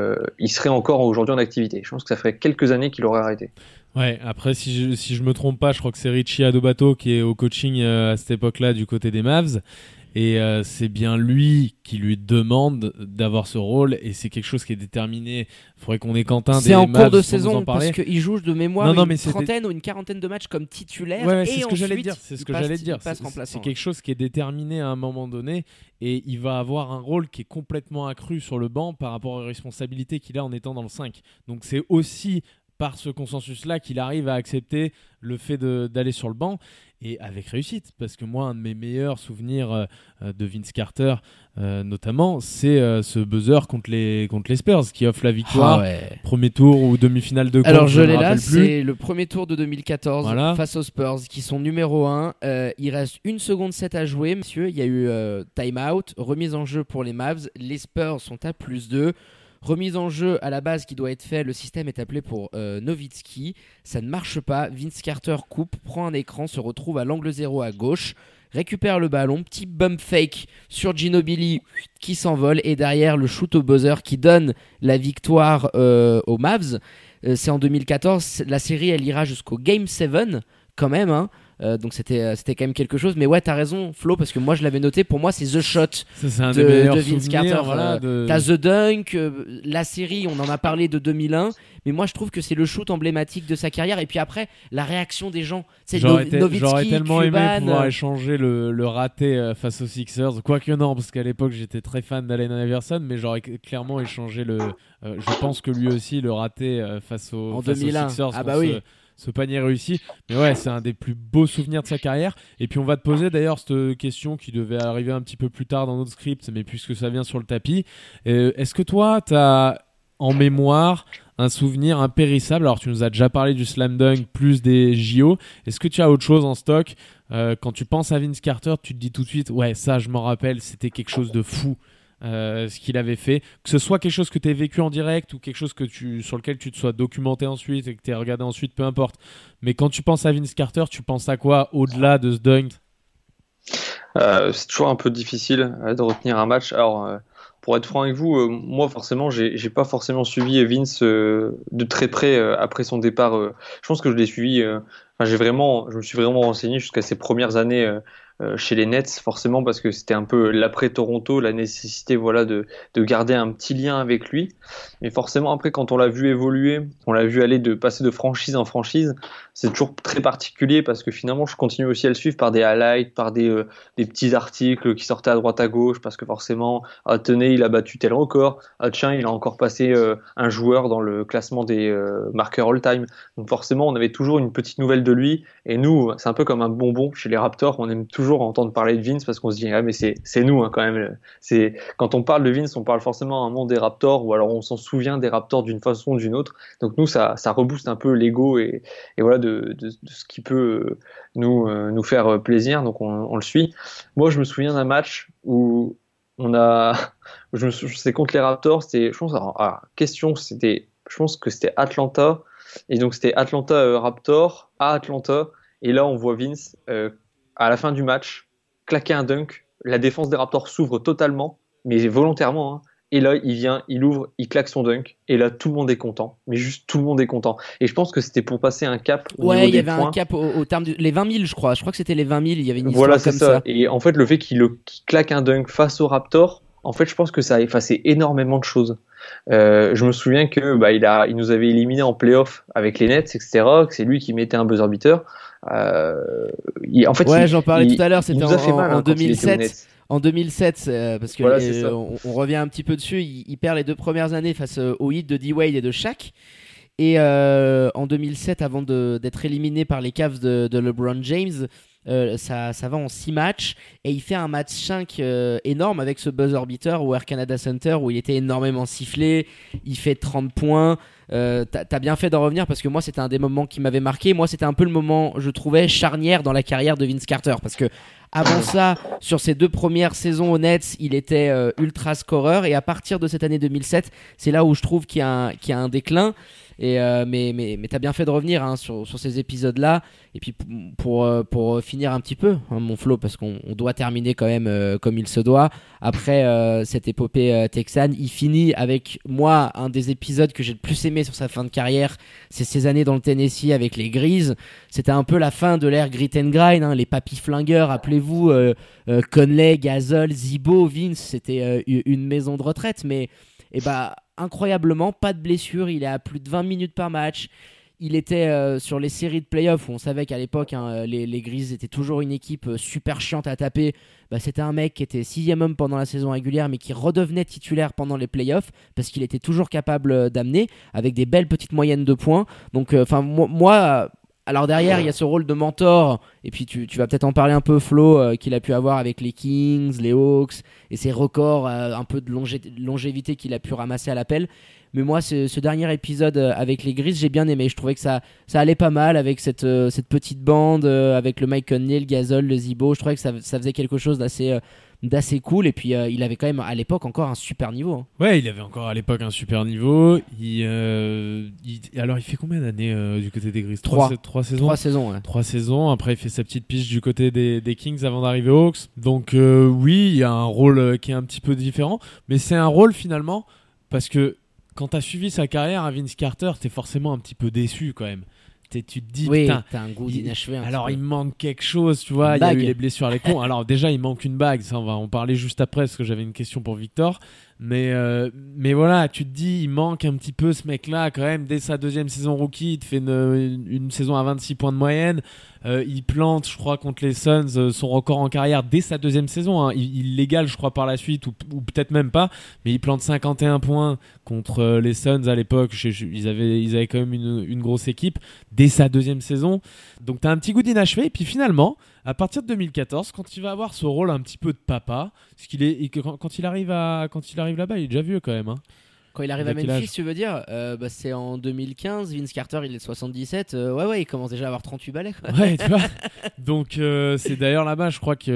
il serait encore aujourd'hui en activité. Je pense que ça ferait quelques années qu'il aurait arrêté. Ouais, après, si je me trompe pas, je crois que c'est Richie Adobato qui est au coaching à cette époque-là du côté des Mavs. Et c'est bien lui qui lui demande d'avoir ce rôle, et c'est quelque chose qui est déterminé. Il faudrait qu'on ait Quentin des c'est en Mavs cours de pour saison, nous en parler. parce qu'il joue de mémoire mais une trentaine ou une quarantaine de matchs comme titulaire. Ouais, et c'est ce que j'allais ensuite, dire. C'est ce que il j'allais dire. passe remplaçant. C'est quelque chose qui est déterminé à un moment donné, et il va avoir un rôle qui est complètement accru sur le banc par rapport aux responsabilités qu'il a en étant dans le 5. Donc c'est aussi par ce consensus-là qu'il arrive à accepter le fait d'aller sur le banc, et avec réussite, parce que moi, un de mes meilleurs souvenirs de Vince Carter, notamment, c'est ce buzzer contre les Spurs qui offre la victoire, premier tour ou demi-finale de conf. Alors je l'ai me là, rappelle plus. c'est le premier tour de 2014 face aux Spurs qui sont numéro 1. Il reste 1 seconde 7 à jouer, messieurs. Il y a eu time-out, remise en jeu pour les Mavs. Les Spurs sont à +2. Remise en jeu à la base qui doit être fait, le système est appelé pour Nowitzki, ça ne marche pas, Vince Carter coupe, prend un écran, se retrouve à l'angle 0 à gauche, récupère le ballon, petit bump fake sur Ginobili qui s'envole, et derrière le shoot au buzzer qui donne la victoire aux Mavs. C'est en 2014, la série elle ira jusqu'au Game 7 quand même, hein. Donc c'était quand même quelque chose, mais ouais, t'as raison Flo, parce que moi je l'avais noté, pour moi c'est The Shot c'est un des meilleurs de Vince Carter. T'as The Dunk, la série on en a parlé de 2001, mais moi je trouve que c'est le shoot emblématique de sa carrière, et puis après la réaction des gens, c'est Nowitzki, j'aurais tellement Cuban, aimé pouvoir échanger le raté face aux Sixers, quoique non, parce qu'à l'époque j'étais très fan d'Allen Iverson, mais j'aurais clairement échangé je pense que lui aussi le raté face aux Sixers. Ah bah oui. Ce panier réussi, mais ouais, c'est un des plus beaux souvenirs de sa carrière. Et puis on va te poser d'ailleurs cette question qui devait arriver un petit peu plus tard dans notre script, mais puisque ça vient sur le tapis, est-ce que toi tu as en mémoire un souvenir impérissable? Alors tu nous as déjà parlé du slam dunk plus des JO, est-ce que tu as autre chose en stock? Quand tu penses à Vince Carter, tu te dis tout de suite, ouais, ça je m'en rappelle, c'était quelque chose de fou. Ce qu'il avait fait, que ce soit quelque chose que tu aies vécu en direct ou quelque chose sur lequel tu te sois documenté ensuite et que tu aies regardé ensuite, peu importe. Mais quand tu penses à Vince Carter, tu penses à quoi au-delà de ce dunk? C'est toujours un peu difficile de retenir un match. Alors, pour être franc avec vous, moi forcément, j'ai pas forcément suivi Vince de très près après son départ. Je pense que je l'ai suivi. Je me suis vraiment renseigné jusqu'à ses premières années chez les Nets, forcément, parce que c'était un peu l'après Toronto, la nécessité de garder un petit lien avec lui. Mais forcément, après, quand on l'a vu évoluer, on l'a vu passer de franchise en franchise, c'est toujours très particulier, parce que finalement, je continue aussi à le suivre par des highlights, par des petits articles qui sortaient à droite à gauche, parce que forcément, tenez, il a battu tel record, tiens, il a encore passé un joueur dans le classement des marqueurs all-time. Donc forcément, on avait toujours une petite nouvelle de lui, et nous, c'est un peu comme un bonbon chez les Raptors, on aime toujours entendre parler de Vince, parce qu'on se dit mais c'est nous quand même. Quand on parle de Vince, on parle forcément à un moment des Raptors, ou alors on s'en souvient des Raptors d'une façon ou d'une autre. Donc nous, ça rebooste un peu l'ego et voilà de ce qui peut nous faire plaisir. Donc on le suit. Moi, je me souviens d'un match où c'est contre les Raptors. C'était, je pense que c'était Atlanta, et donc c'était Atlanta Raptors à Atlanta, et là on voit Vince à la fin du match claquer un dunk. La défense des Raptors s'ouvre totalement, mais volontairement, hein. Et là, il ouvre, il claque son dunk, et là, tout le monde est content. Mais juste tout le monde est content. Et je pense que c'était pour passer un cap au niveau des points. Ouais, il y avait un cap au terme les 20 000, je crois. Je crois que c'était les 20 000, il y avait une histoire comme ça. Et en fait, le fait qu'il claque un dunk face aux Raptors, en fait, je pense que ça a effacé énormément de choses. Je me souviens que il nous avait éliminés en play-off avec les Nets, etc. Que c'est lui qui mettait un buzzer beater. J'en parlais tout à l'heure. C'était en 2007. En 2007, parce que on revient un petit peu dessus. Il perd les 2 premières années face au Heat de D-Wade et de Shaq. Et en 2007, avant d'être éliminé par les Cavs de LeBron James, ça va en 6 matchs et il fait un match 5 énorme avec ce buzzer beater au Air Canada Center où il était énormément sifflé. Il fait 30 points. T'as bien fait d'en revenir parce que moi c'était un des moments qui m'avait marqué. Moi c'était un peu le moment, je trouvais, charnière dans la carrière de Vince Carter parce que avant ça, sur ses 2 premières saisons aux Nets, il était ultra scoreur et à partir de cette année 2007, c'est là où je trouve qu'il y a un déclin. Mais t'as bien fait de revenir sur ces épisodes-là. Et puis pour finir un petit peu, mon Flo, parce qu'on doit terminer quand même comme il se doit. Après cette épopée texane, il finit avec moi un des épisodes que j'ai le plus aimé sur sa fin de carrière. C'est ces années dans le Tennessee avec les Grizzlies. C'était un peu la fin de l'ère grit and grind, les papis flingueurs, appelez-vous Conley, Gasol, Zibo, Vince. C'était une maison de retraite, mais incroyablement, pas de blessure, il est à plus de 20 minutes par match. Il était sur les séries de playoffs où on savait qu'à l'époque les Grizzlies étaient toujours une équipe super chiante à taper. C'était un mec qui était 6e homme pendant la saison régulière mais qui redevenait titulaire pendant les playoffs parce qu'il était toujours capable d'amener avec des belles petites moyennes de points. Donc moi alors derrière il y a ce rôle de mentor et puis tu vas peut-être en parler un peu Flo qu'il a pu avoir avec les Kings, les Hawks et ses records un peu de longévité qu'il a pu ramasser à l'appel. Mais moi ce dernier épisode avec les Grizzlies j'ai bien aimé, je trouvais que ça allait pas mal avec cette petite bande avec le Mike Conley, le Gasol, le Zibo. Je trouvais que ça faisait quelque chose d'assez cool et puis il avait quand même à l'époque encore un super niveau. Ouais, il avait encore à l'époque un super niveau. Alors il fait combien d'années du côté des Grizzlies? 3 saisons. 3 saisons, ouais. 3 saisons. Après il fait sa petite piste du côté des Kings avant d'arriver aux Hawks. Donc oui, il y a un rôle qui est un petit peu différent, mais c'est un rôle finalement parce que quand t'as suivi sa carrière à Vince Carter, t'es forcément un petit peu déçu quand même. Tu te dis, oui, putain, t'as un goût d'inachevé. Alors, il manque quelque chose, tu vois. Il y a eu les blessures à les cons. Alors, déjà, il manque une bague. Ça, on va en parler juste après parce que j'avais une question pour Victor. Mais voilà, tu te dis, il manque un petit peu ce mec-là quand même. Dès sa 2e saison rookie, il te fait une saison à 26 points de moyenne. Il plante, je crois, contre les Suns son record en carrière dès sa 2e saison. Il l'égale, je crois, par la suite, ou peut-être même pas. Mais il plante 51 points contre les Suns à l'époque. Ils avaient quand même une grosse équipe dès sa 2e saison. Donc, t'as un petit goût d'inachevé. Et puis finalement, à partir de 2014, quand il va avoir ce rôle un petit peu de papa, quand il arrive là-bas, il est déjà vieux quand même. Quand il arrive à Memphis, tu veux dire c'est en 2015, Vince Carter il est 77, il commence déjà à avoir 38 balais quoi. Ouais, tu vois. Donc c'est d'ailleurs là-bas, je crois qui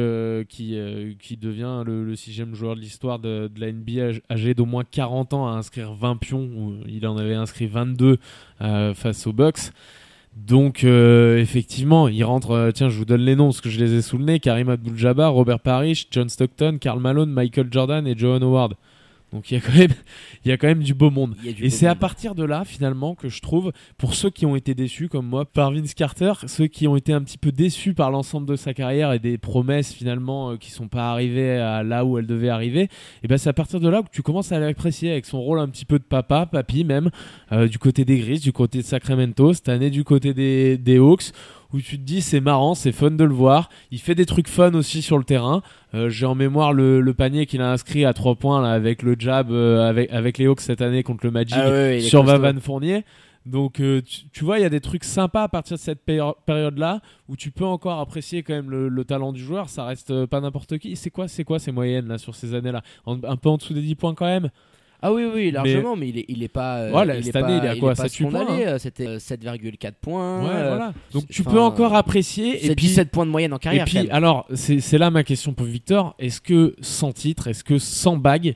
devient le 6e joueur de l'histoire de la NBA âgé d'au moins 40 ans à inscrire 20 pions, où il en avait inscrit 22 face aux Bucks. Donc effectivement, il rentre, tiens je vous donne les noms parce que je les ai sous le nez: Karim Abdul-Jabbar, Robert Parrish, John Stockton, Karl Malone, Michael Jordan et Joan Howard. Donc il y a quand même du beau monde. Et c'est à partir de là finalement que je trouve, pour ceux qui ont été déçus comme moi par Vince Carter, ceux qui ont été un petit peu déçus par l'ensemble de sa carrière et des promesses finalement qui sont pas arrivées à là où elles devaient arriver, et ben c'est à partir de là que tu commences à l'apprécier avec son rôle un petit peu de papy même, du côté des Grizzlies, du côté de Sacramento, cette année du côté des Hawks, où tu te dis c'est marrant, c'est fun de le voir. Il fait des trucs fun aussi sur le terrain. J'ai en mémoire le panier qu'il a inscrit à 3 points là, avec le jab avec les Hawks cette année contre le Magic sur Van Fournier. Donc tu vois, il y a des trucs sympas à partir de cette période-là où tu peux encore apprécier quand même le talent du joueur. Ça reste pas n'importe qui. C'est quoi ces moyennes là sur ces années-là? Un peu en dessous des 10 points quand même. Ah oui, largement, mais il est pas. Cette année, il est à quoi? 7-8 points C'était 7,4 points. Ouais, voilà. Donc tu peux encore apprécier. Et puis 17 points de moyenne en carrière. Et puis, alors, c'est là ma question pour Victor. Est-ce que sans titre, est-ce que sans bague,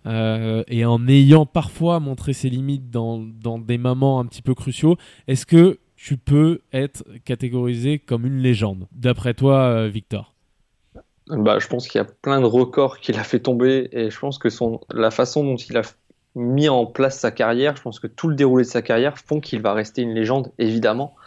et en ayant parfois montré ses limites dans des moments un petit peu cruciaux, est-ce que tu peux être catégorisé comme une légende, d'après toi, Victor? Je pense qu'il y a plein de records qu'il a fait tomber et je pense que la façon dont il a mis en place sa carrière, je pense que tout le déroulé de sa carrière font qu'il va rester une légende, évidemment.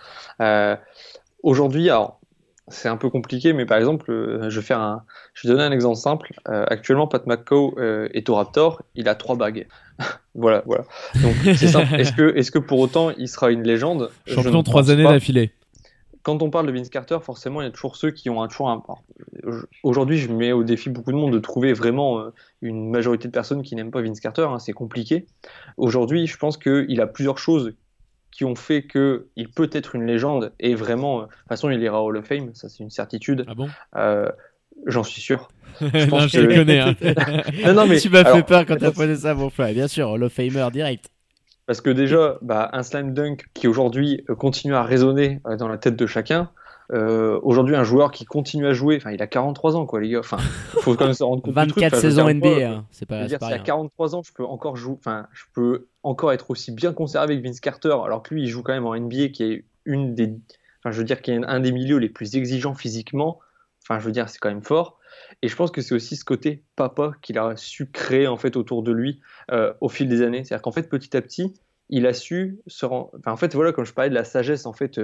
Aujourd'hui, alors, c'est un peu compliqué, mais par exemple, je vais donner un exemple simple. Actuellement, Pat McCaw est au Raptor, il a 3 bagues. voilà. Donc, c'est simple. Est-ce que pour autant, il sera une légende? Champion 3 années d'affilée. Quand on parle de Vince Carter, forcément, il y a toujours ceux qui ont Aujourd'hui, je mets au défi beaucoup de monde de trouver vraiment une majorité de personnes qui n'aiment pas Vince Carter. C'est compliqué. Aujourd'hui, je pense qu'il a plusieurs choses qui ont fait qu'il peut être une légende et vraiment, de toute façon, il ira au Hall of Fame, ça c'est une certitude. Ah bon? J'en suis sûr. Je te connais. Hein. non, mais, tu m'as fait peur quand t'as posé ça, mon frère. Bien sûr, Hall of Famer direct. Parce que déjà, un slam dunk qui aujourd'hui continue à résonner dans la tête de chacun. Aujourd'hui, un joueur qui continue à jouer, il a 43 ans, quoi, les gars. Il faut quand même se rendre compte 24 saisons NBA, c'est pas dire, si à rien. 43 ans, je peux encore jouer, je peux encore être aussi bien conservé que Vince Carter, alors que lui, il joue quand même en NBA, qui est qui est un des milieux les plus exigeants physiquement. C'est quand même fort. Et je pense que c'est aussi ce côté papa qu'il a su créer en fait autour de lui au fil des années. C'est-à-dire qu'en fait, petit à petit, il a su se rendre. Quand je parlais de la sagesse, en fait,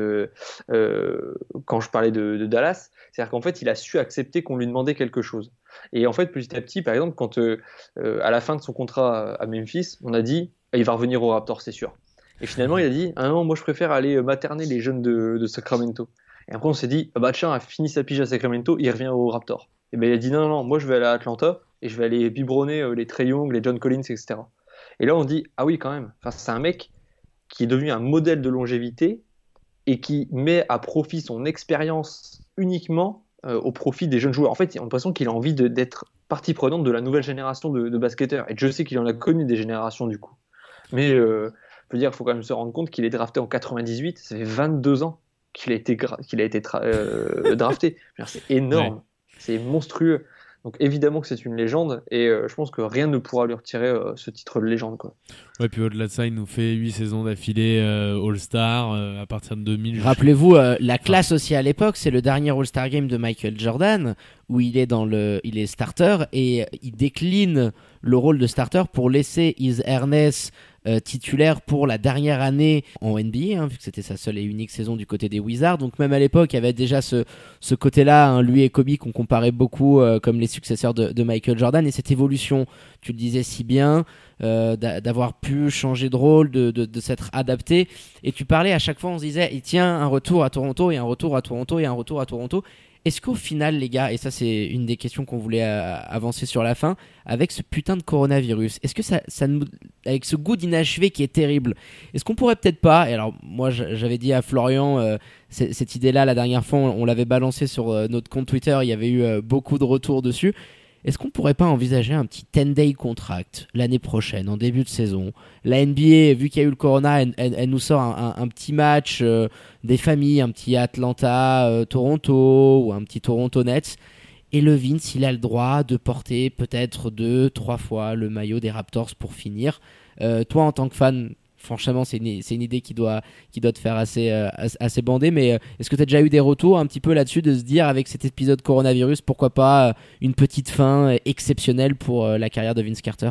quand je parlais de Dallas, c'est-à-dire qu'en fait, il a su accepter qu'on lui demandait quelque chose. Et en fait, petit à petit, par exemple, quand à la fin de son contrat à Memphis, on a dit il va revenir aux Raptors, c'est sûr. Et finalement, il a dit non, moi je préfère aller materner les jeunes de Sacramento. Et après, on s'est dit tiens, a fini sa pige à Sacramento, il revient aux Raptors. Et il a dit non, moi je vais aller à Atlanta et je vais aller biberonner les Trae Young, les John Collins, etc. Et là, on dit ah oui, quand même. C'est un mec qui est devenu un modèle de longévité et qui met à profit son expérience uniquement au profit des jeunes joueurs. En fait, on a l'impression qu'il a envie d'être partie prenante de la nouvelle génération de basketteurs. Et je sais qu'il en a connu des générations du coup. Mais il faut quand même se rendre compte qu'il est drafté en 98, ça fait 22 ans qu'il a été drafté. C'est énorme, c'est monstrueux. Donc évidemment que c'est une légende et je pense que rien ne pourra lui retirer ce titre de légende, quoi. Ouais, puis au-delà de ça, il nous fait 8 saisons d'affilée All-Star à partir de 2000. Rappelez-vous, la classe aussi à l'époque, c'est le dernier All-Star Game de Michael Jordan où il est starter et il décline le rôle de starter pour laisser Iz Ernest titulaire pour la dernière année en NBA, vu que c'était sa seule et unique saison du côté des Wizards. Donc même à l'époque, il y avait déjà ce côté-là, lui et Kobe qu'on comparait beaucoup comme les successeurs de Michael Jordan. Et cette évolution, tu le disais si bien, d'avoir pu changer de rôle, de s'être adapté. Et tu parlais à chaque fois, on se disait, il tient un retour à Toronto et un retour à Toronto et un retour à Toronto. Est-ce qu'au final, les gars, et ça c'est une des questions qu'on voulait avancer sur la fin, avec ce putain de coronavirus, est-ce que ça nous, avec ce goût d'inachevé qui est terrible, est-ce qu'on pourrait peut-être pas, et alors moi j'avais dit à Florian, cette idée-là la dernière fois, on l'avait balancé sur notre compte Twitter, il y avait eu beaucoup de retours dessus, est-ce qu'on pourrait pas envisager un petit 10-day contract l'année prochaine, en début de saison? La NBA, vu qu'il y a eu le corona, elle nous sort un petit match des familles, un petit Atlanta-Toronto ou un petit Toronto Nets. Et le Vince, il a le droit de porter peut-être 2-3 fois le maillot des Raptors pour finir. Toi, en tant que fan, franchement, c'est une idée qui doit te faire assez bander, mais est-ce que tu as déjà eu des retours un petit peu là-dessus de se dire, avec cet épisode coronavirus, pourquoi pas une petite fin exceptionnelle pour la carrière de Vince Carter?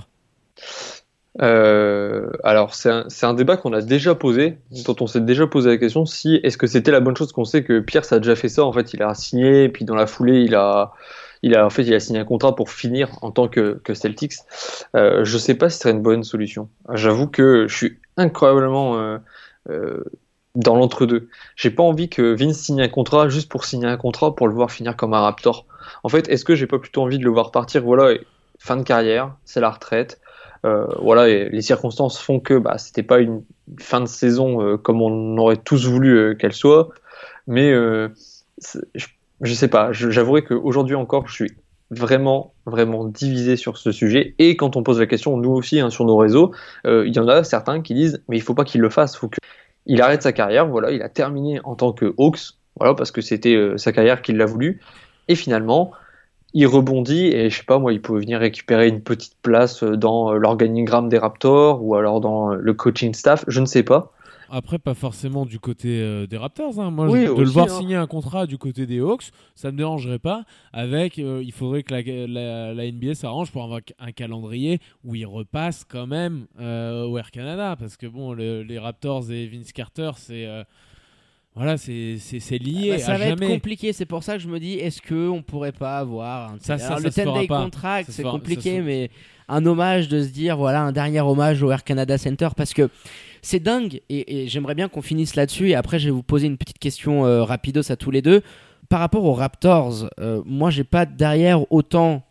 Alors c'est un débat qu'on a déjà posé, dont on s'est déjà posé la question, si est-ce que c'était la bonne chose, qu'on sait que Pierce a déjà fait ça, en fait il a signé, et puis dans la foulée il a signé un contrat pour finir en tant que Celtics. Je sais pas si ce serait une bonne solution. J'avoue que je suis incroyablement dans l'entre-deux. J'ai pas envie que Vince signe un contrat juste pour signer un contrat pour le voir finir comme un Raptor. En fait, est-ce que j'ai pas plutôt envie de le voir partir, voilà, fin de carrière, c'est la retraite. Voilà, et les circonstances font que c'était pas une fin de saison comme on aurait tous voulu qu'elle soit, mais je sais pas, j'avouerai qu'aujourd'hui encore je suis vraiment divisé sur ce sujet, et quand on pose la question, nous aussi sur nos réseaux, il y en a certains qui disent mais il faut pas qu'il le fasse, faut qu'il arrête sa carrière, voilà, il a terminé en tant que Hawks, voilà, parce que c'était sa carrière qu'il l'a voulu, et finalement il rebondit et je sais pas moi, il peut venir récupérer une petite place dans l'organigramme des Raptors ou alors dans le coaching staff, je ne sais pas. Après, pas forcément du côté des Raptors. Moi, oui, de aussi, le voir signer un contrat du côté des Hawks, ça me dérangerait pas. Avec, il faudrait que la NBA s'arrange pour avoir un calendrier où il repasse quand même au Air Canada, parce que bon, les Raptors et Vince Carter, c'est voilà, c'est lié. Ça à va jamais. être compliqué, c'est pour ça que je me dis, est-ce qu'on pourrait pas avoir le 10-day contract, c'est compliqué, mais un hommage, de se dire, voilà, un dernier hommage au Air Canada Center, parce que c'est dingue, et j'aimerais bien qu'on finisse là-dessus, et après je vais vous poser une petite question rapidos à tous les deux. Par rapport aux Raptors, moi j'ai pas derrière autant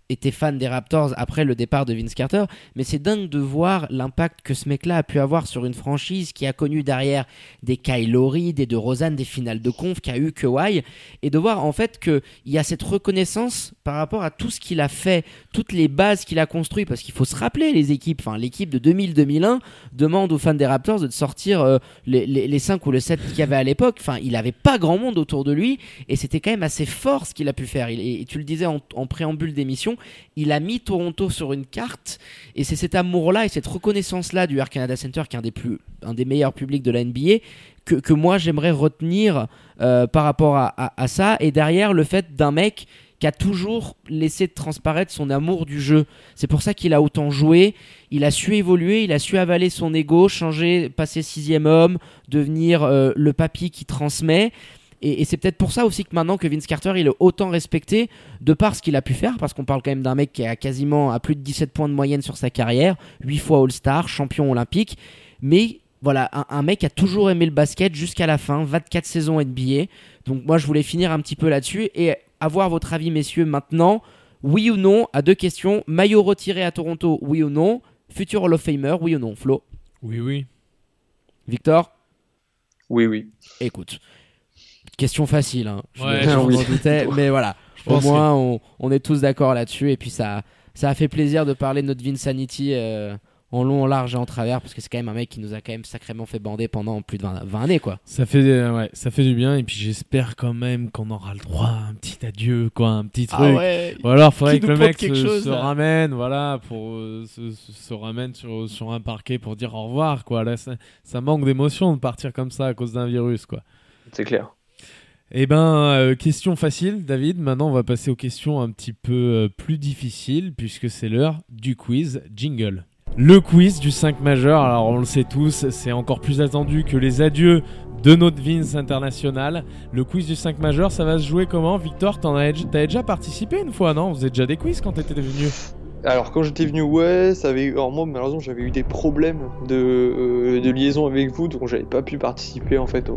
été fan des Raptors après le départ de Vince Carter, mais c'est dingue de voir l'impact que ce mec-là a pu avoir sur une franchise qui a connu derrière des Kyle Lowry, des DeRozan, des finales de conf, qui a eu Kawhi, et de voir en fait qu'il y a cette reconnaissance par rapport à tout ce qu'il a fait, toutes les bases qu'il a construites, parce qu'il faut se rappeler les équipes, l'équipe de 2000-2001 demande aux fans des Raptors de sortir les 5 ou le 7 qu'il y avait à l'époque, il n'avait pas grand monde autour de lui, et c'était quand même assez fort ce qu'il a pu faire, et tu le disais en préambule d'émission, il a mis Toronto sur une carte, et c'est cet amour-là et cette reconnaissance-là du Air Canada Center qui est un des meilleurs publics de la NBA que moi j'aimerais retenir par rapport à ça, et derrière le fait d'un mec qui a toujours laissé transparaître son amour du jeu. C'est pour ça qu'il a autant joué, il a su évoluer, il a su avaler son ego, changer, passer 6e homme, devenir le papy qui transmet. Et c'est peut-être pour ça aussi que maintenant que Vince Carter il est autant respecté de par ce qu'il a pu faire, parce qu'on parle quand même d'un mec qui a quasiment à plus de 17 points de moyenne sur sa carrière, 8 fois All-Star, champion olympique, mais voilà, un mec qui a toujours aimé le basket jusqu'à la fin, 24 saisons NBA. Donc moi je voulais finir un petit peu là-dessus et avoir votre avis messieurs maintenant, oui ou non, à 2 questions, maillot retiré à Toronto, oui ou non, futur Hall of Famer, oui ou non, Flo? Oui. Victor? Oui. Écoute, question facile, je oui. m'en doutais, mais voilà, au moins on est tous d'accord là-dessus, et puis ça a fait plaisir de parler de notre Vinsanity en long, en large et en travers, parce que c'est quand même un mec qui nous a quand même sacrément fait bander pendant plus de 20 années, quoi. Ça fait du bien, et puis j'espère quand même qu'on aura le droit à un petit adieu, quoi, un petit truc. Ou alors faudrait que le mec se ramène, voilà, pour se ramène sur un parquet pour dire au revoir, quoi. Là, ça manque d'émotion de partir comme ça à cause d'un virus, quoi. C'est clair. Eh question facile, David. Maintenant, on va passer aux questions un petit peu plus difficiles, puisque c'est l'heure du quiz jingle. Le quiz du 5 majeur, alors on le sait tous, c'est encore plus attendu que les adieux de notre Vince international. Le quiz du 5 majeur, ça va se jouer comment? Victor, t'as déjà participé une fois, non? Vous faisait déjà des quiz quand t'étais venu? Alors quand j'étais venu, ouais, alors moi malheureusement j'avais eu des problèmes de liaison avec vous, donc j'avais pas pu participer en fait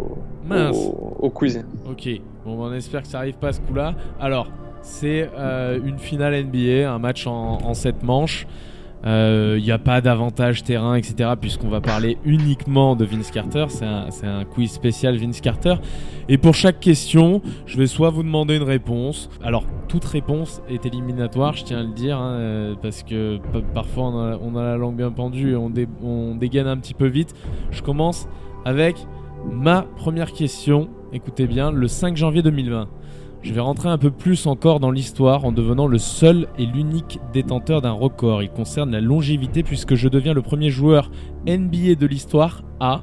au quiz. Ok, bon on espère que ça arrive pas à ce coup-là. Alors, c'est une finale NBA, un match en 7 manches. Il n'y a pas d'avantage terrain, etc. puisqu'on va parler uniquement de Vince Carter. C'est un quiz spécial Vince Carter. Et pour chaque question, je vais soit vous demander une réponse. Alors, toute réponse est éliminatoire, je tiens à le dire, parce que parfois on a la langue bien pendue et on dégaine un petit peu vite. Je commence avec ma première question. Écoutez bien, le 5 janvier 2020. Je vais rentrer un peu plus encore dans l'histoire en devenant le seul et l'unique détenteur d'un record. Il concerne la longévité puisque je deviens le premier joueur NBA de l'histoire à...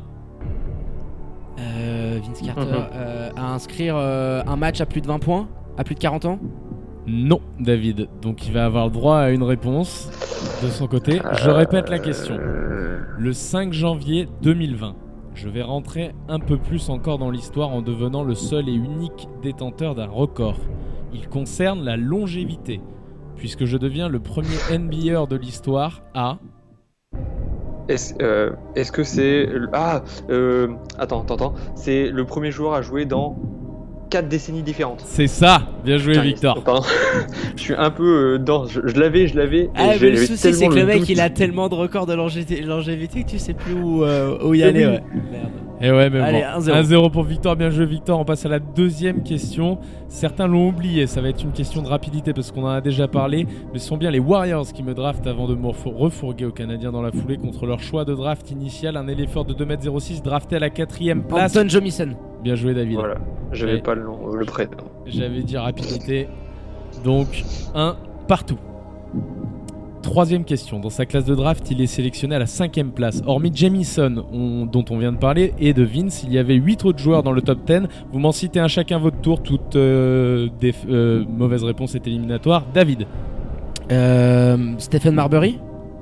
Vince Carter à inscrire un match à plus de 20 points, à plus de 40 ans? Non, David. Donc il va avoir le droit à une réponse de son côté. Je répète la question. Le 5 janvier 2020. Je vais rentrer un peu plus encore dans l'histoire en devenant le seul et unique détenteur d'un record. Il concerne la longévité, puisque je deviens le premier NBAer de l'histoire à... Est-ce que c'est... Attends. C'est le premier joueur à jouer dans 4 décennies différentes. C'est ça. Bien joué, Victor. Pardon. Je suis un peu dans... Je l'avais. Ah, mais le souci, c'est que le mec, il a tellement de records de longévité que tu sais plus où y aller. Ouais. Merde. Et ouais, mais allez, bon. 1-0 pour Victor. Bien joué, Victor. On passe à la deuxième question. Certains l'ont oublié. Ça va être une question de rapidité parce qu'on en a déjà parlé. Mais ce sont bien les Warriors qui me draftent avant de me refourguer aux Canadiens dans la foulée contre leur choix de draft initial. Un éléphant de 2m06 drafté à la 4e place. Anton Jamison. Bien joué, David. Voilà. J'avais pas le nom, le prénom. J'avais dit rapidité. Donc, 1 partout. Troisième question. Dans sa classe de draft, il est sélectionné à la 5e place. Hormis Jamison, dont on vient de parler, et de Vince, il y avait 8 autres joueurs dans le top 10. Vous m'en citez un chacun votre tour. Toute mauvaise réponse est éliminatoire. David. Stephen Marbury.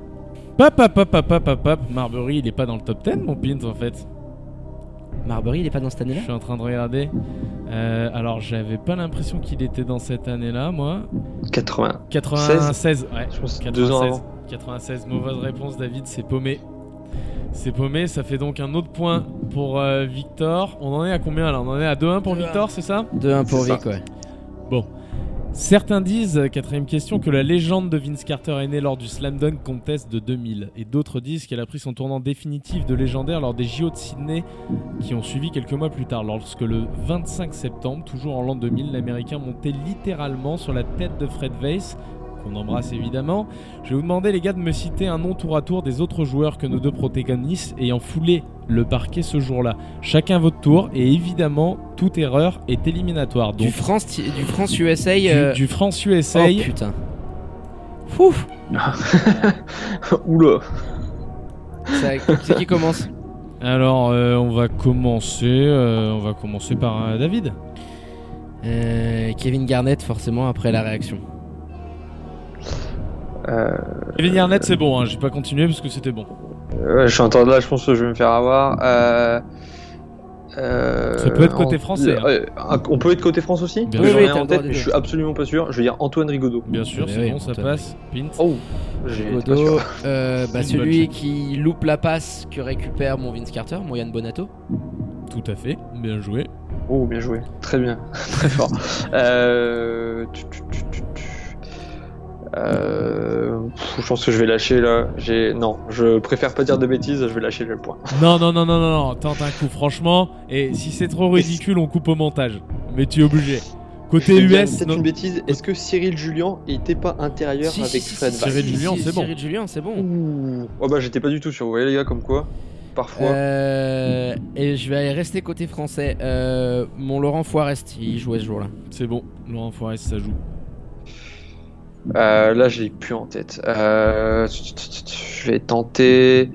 Marbury, il est pas dans le top 10, mon pint, en fait. Marbury, il est pas dans cette année-là? Je suis en train de regarder. Alors, j'avais pas l'impression qu'il était dans cette année-là, moi. 96. Ouais, je pense 2 ans avant. 96, mauvaise réponse, David, c'est paumé. C'est paumé, ça fait donc un autre point pour Victor. On en est à combien là? On en est à 2-1 pour Victor, c'est ça? 2-1 pour Vic, ouais. Bon. Certains disent, quatrième question, que la légende de Vince Carter est née lors du Slam Dunk Contest de 2000. Et d'autres disent qu'elle a pris son tournant définitif de légendaire lors des JO de Sydney qui ont suivi quelques mois plus tard. Lorsque le 25 septembre, toujours en l'an 2000, l'Américain montait littéralement sur la tête de Fred Weiss, qu'on embrasse évidemment. Je vais vous demander les gars de me citer un nom tour à tour des autres joueurs que nos deux protagonistes ayant foulé le parquet ce jour-là. Chacun votre tour et évidemment toute erreur est éliminatoire. Donc, Du France USA. du France USA. Oh putain. Fou. Oula. C'est qui commence? Alors on va commencer par David. Kevin Garnett forcément après la réaction. Kevin Garnett c'est bon, hein, j'ai pas continué parce que c'était bon. Je suis en train de là, je pense que je vais me faire avoir. Ça peut être côté français. On peut être côté France aussi. Bien J'en sûr. ai Oui, un t'as en le tête, droit mais de je suis absolument pas sûr. Je vais dire Antoine Rigaudot. Bien sûr, Mais c'est oui, bon, ça Antoine. passe. Pint. Oh, j'étais pas Rigaudot, sûr. celui qui loupe la passe que récupère mon Vince Carter, mon Yann Bonato. Tout à fait, bien joué. Oh, bien joué. Très bien. Très fort. Je pense que je vais lâcher là. Non, je préfère pas dire de bêtises, je vais lâcher le point. Non, tente un coup, franchement. Et si c'est trop ridicule, on coupe au montage. Mais tu es obligé. Côté Je vais dire US, peut-être non. une bêtise. Est-ce que Cyril Julien était pas intérieur avec Fred Weiss? Cyril Julien, c'est bon. Cyril Julien, c'est bon. Ouh. Oh bah j'étais pas du tout sûr. Vous voyez les gars comme quoi parfois. Et je vais aller rester côté français. Mon Laurent Foirest, il jouait ce jour-là. C'est bon, Laurent Forest, ça joue. Là je l'ai plus en tête. Je vais tenter.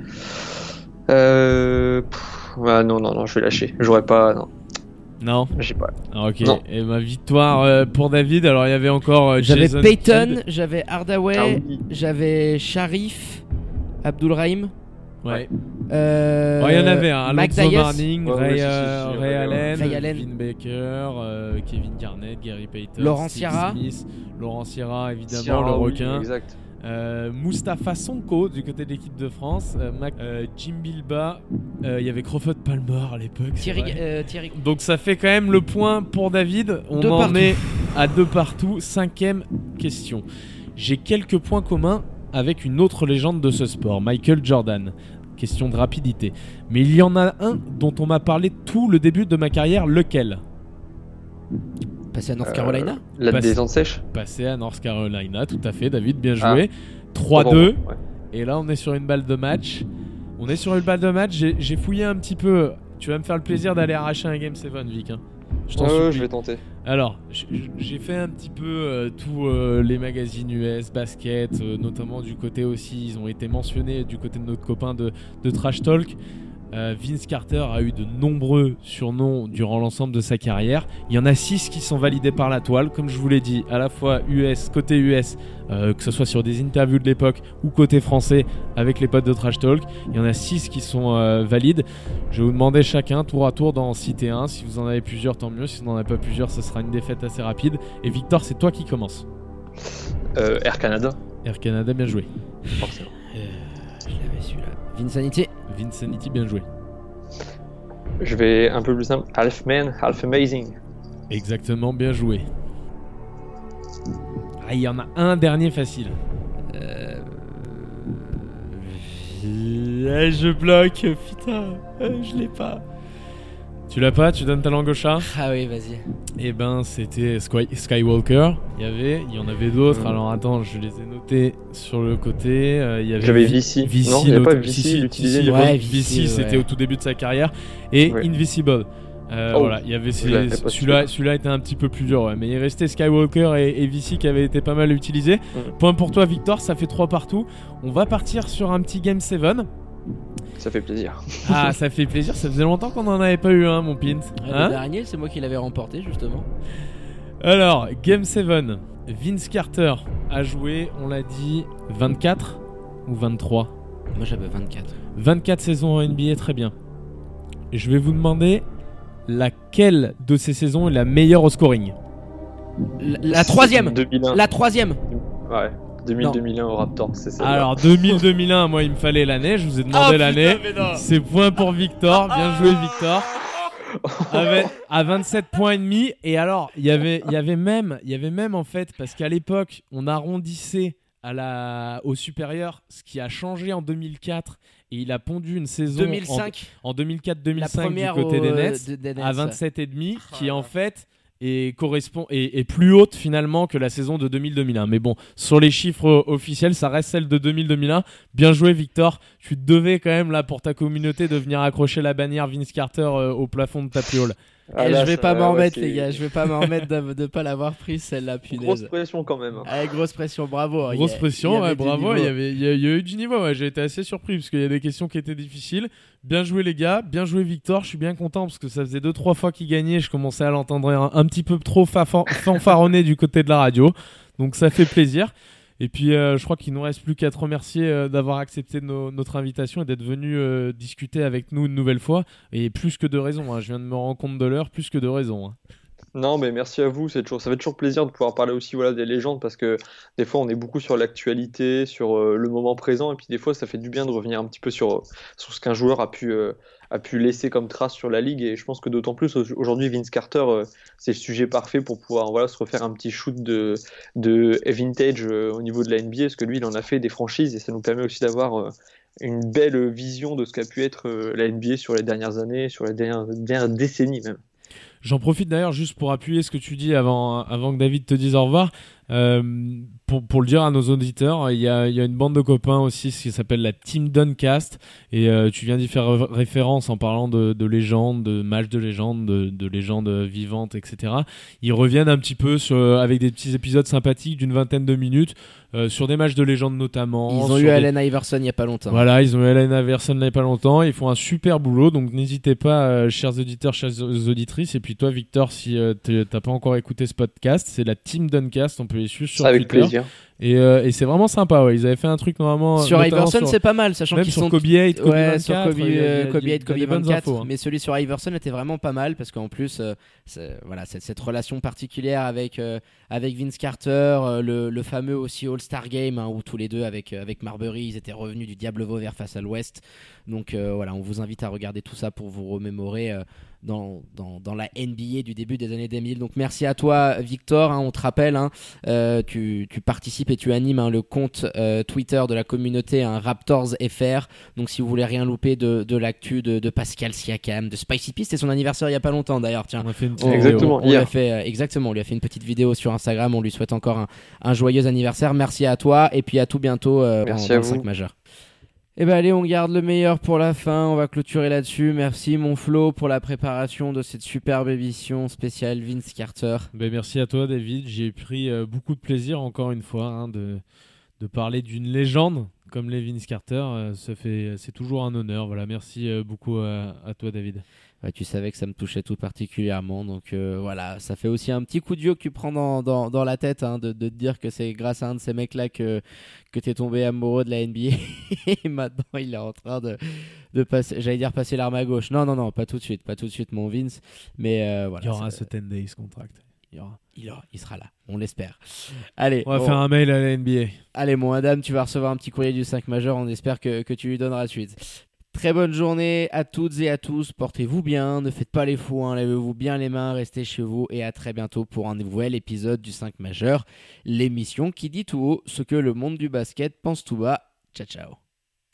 Non, je vais lâcher. J'aurais pas. Non. J'ai pas. Ah, ok. Non. Et ma victoire pour David. Alors il y avait encore J'avais Jason Payton, Kidd. j'avais Hardaway, Ah oui. j'avais Sharif, Abdul-Rahim. Ouais. Il y en avait un. Mac Alonso Dias. Manning, Ouais, Ray, si, Ray Allen, Ray Allen. Vin Baker, Kevin Garnett, Gary Payton, Laurent Steve Sierra. Smith, Laurent Sierra évidemment, Sierra, le oui, requin. exact. Mustapha Sonko du côté de l'équipe de France, Jim Bilba, il y avait Crawford Palmer à l'époque. c'est vrai. Thierry. Donc ça fait quand même le point pour David. On Deux en partout. est à 2 partout. 5e question. J'ai quelques points communs avec une autre légende de ce sport, Michael Jordan. Question de rapidité. Mais il y en a un dont on m'a parlé tout le début de ma carrière. Lequel? Passé à North Carolina. La Passe- descente sèche. Passé à North Carolina, tout à fait. David, bien Ah. joué. 3-2. Ouais. Et là, on est sur une balle de match. J'ai fouillé un petit peu. Tu vas me faire le plaisir d'aller arracher un Game 7, Vic. Hein. Je t'en supplie. Je vais tenter. Alors, j'ai fait un petit peu tous les magazines US, basket, notamment du côté aussi, ils ont été mentionnés du côté de notre copain de Trash Talk. Vince Carter a eu de nombreux surnoms durant l'ensemble de sa carrière. Il y en a 6 qui sont validés par la toile, comme je vous l'ai dit, à la fois côté US, que ce soit sur des interviews de l'époque ou côté français avec les potes de Trash Talk. Il y en a 6 qui sont valides. Je vais vous demander chacun, tour à tour, d'en citer un. Si vous en avez plusieurs, tant mieux. Si vous n'en avez pas plusieurs, ce sera une défaite assez rapide. Et Victor, c'est toi qui commence. Air Canada. Air Canada, bien joué. Forcément. Je l'avais celui-là. Vinsanity. Vinsanity, bien joué. Je vais un peu plus simple. Half Man, Half Amazing. Exactement, bien joué. Ah, il y en a un dernier facile. Je bloque, putain, je l'ai pas. Tu l'as pas? Tu donnes ta langue au chat? Ah oui, vas-y. Eh ben, c'était Skywalker. Il y en avait d'autres. Alors attends, je les ai notés sur le côté. Il y avait J'avais VC. VC, Non, il n'y avait pas l'autre- VC, si, l'utilisé. si, Ouais, VC, VC, c'était ouais. au tout début de sa carrière. Et Ouais. Invisible. Voilà, il y avait je l'avais pas celui-là était un petit peu plus dur, ouais. Mais il restait Skywalker et VC qui avaient été pas mal utilisés. Point pour toi, Victor, ça fait 3 partout. On va partir sur un petit Game 7. Ça fait plaisir. Ah, ça fait plaisir, ça faisait longtemps qu'on en avait pas eu un, mon Pint. Le Hein? dernier, c'est moi qui l'avais remporté justement. Alors, Game 7, Vince Carter a joué, on l'a dit, 24 ou 23? Moi j'avais 24. 24 saisons en NBA, très bien. Je vais vous demander laquelle de ces saisons est la meilleure au scoring. La troisième. 2001. La troisième. Ouais. 2000-2001 au Raptor, c'est ça. Alors 2000-2001, moi il me fallait l'année, je vous ai demandé l'année. C'est point pour Victor, bien joué Victor. à 27 points et demi. Et alors, il y avait même en fait, parce qu'à l'époque, on arrondissait au supérieur, ce qui a changé en 2004, et il a pondu une saison 2005. en 2004-2005 du première côté des Nets des Nets, à 27,5, qui en fait correspond est plus haute finalement que la saison de 2000-2001. Mais bon, sur les chiffres officiels, ça reste celle de 2000-2001. Bien joué, Victor. Tu devais quand même là pour ta communauté de venir accrocher la bannière Vince Carter au plafond de ta piole. Ah là, je vais pas m'en remettre, les gars. Je vais pas m'en remettre de pas l'avoir prise, celle-là, punaise. Grosse pression quand même. Grosse pression, bravo. Grosse pression, bravo. Il y a eu du niveau. Ouais. J'ai été assez surpris parce qu'il y a des questions qui étaient difficiles. Bien joué, les gars. Bien joué, Victor. Je suis bien content parce que ça faisait 2-3 fois qu'il gagnait. Je commençais à l'entendre un petit peu trop fanfaronner du côté de la radio. Donc ça fait plaisir. Et puis je crois qu'il nous reste plus qu'à te remercier d'avoir accepté notre invitation et d'être venu discuter avec nous une nouvelle fois. Et plus que de raison, hein. Je viens de me rendre compte de l'heure, plus que de raison. Hein. Non, mais merci à vous. Ça fait toujours plaisir de pouvoir parler aussi des légendes parce que des fois on est beaucoup sur l'actualité, sur le moment présent, et puis des fois ça fait du bien de revenir un petit peu sur ce qu'un joueur a pu laisser comme trace sur la ligue. Et je pense que d'autant plus aujourd'hui, Vince Carter, c'est le sujet parfait pour pouvoir se refaire un petit shoot de vintage au niveau de la NBA, parce que lui il en a fait des franchises et ça nous permet aussi d'avoir une belle vision de ce qu'a pu être la NBA sur les dernières années, sur les dernières décennies même. J'en profite d'ailleurs juste pour appuyer ce que tu dis avant que David te dise au revoir. Pour le dire à nos auditeurs, il y a une bande de copains aussi qui s'appelle la Team Duncast, et tu viens d'y faire référence en parlant de légendes, de matchs de légendes, de légendes vivantes, etc. Ils reviennent un petit peu avec des petits épisodes sympathiques d'une vingtaine de minutes sur des matchs de légendes notamment. Ils ont eu Allen Iverson il n'y a pas longtemps. Voilà, ils ont eu Allen Iverson il n'y a pas longtemps. Ils font un super boulot, donc n'hésitez pas, chers auditeurs, chères auditrices. Et puis toi, Victor, si t'as pas encore écouté ce podcast, c'est la Team Duncast. On peut les suivre sur avec Twitter. Plaisir. Et c'est vraiment sympa, ouais. Ils avaient fait un truc normalement sur Iverson, c'est pas mal, sachant même qu'ils sur sont Kobe 8, Kobe 24, sur Kobe 8, Kobe 24, infos, hein. Mais celui sur Iverson était vraiment pas mal parce qu'en plus, cette relation particulière avec Vince Carter, le fameux aussi All-Star Game, hein, où tous les deux avec Marbury, ils étaient revenus du Diable Vauvert face à l'Ouest. Donc on vous invite à regarder tout ça pour vous remémorer dans la NBA du début des années 2000. Donc merci à toi, Victor, hein, on te rappelle, hein, tu participes et tu animes, hein, le compte Twitter de la communauté, hein, Raptors FR. Donc si vous voulez rien louper de l'actu de Pascal Siakam, de Spicy P, c'était son anniversaire il y a pas longtemps d'ailleurs. Tiens, on a fait une exactement, on lui a fait une petite vidéo sur Instagram. On lui souhaite encore un joyeux anniversaire. Merci à toi et puis à tout bientôt dans le 5 majeur. Eh ben allez, on garde le meilleur pour la fin, on va clôturer là-dessus. Merci mon Flo pour la préparation de cette superbe émission spéciale Vince Carter. Merci à toi, David, j'ai pris beaucoup de plaisir encore une fois, hein, de parler d'une légende comme les Vince Carter. C'est toujours un honneur. Voilà, merci beaucoup à toi, David. Ouais, tu savais que ça me touchait tout particulièrement, donc voilà, ça fait aussi un petit coup de vieux que tu prends dans la tête, hein, de te dire que c'est grâce à un de ces mecs-là que t'es tombé amoureux de la NBA. Et maintenant il est en train de passer, j'allais dire passer l'arme à gauche. Non, pas tout de suite mon Vince, mais voilà. Il y aura ce 10 days contract. Il sera là, on l'espère. Allez, on va faire un mail à la NBA. Allez mon Adam, tu vas recevoir un petit courrier du 5 majeur, on espère que tu lui donneras suite. Très bonne journée à toutes et à tous, portez-vous bien, ne faites pas les fous, hein, lavez-vous bien les mains, restez chez vous et à très bientôt pour un nouvel épisode du 5 majeur, l'émission qui dit tout haut ce que le monde du basket pense tout bas. Ciao ciao.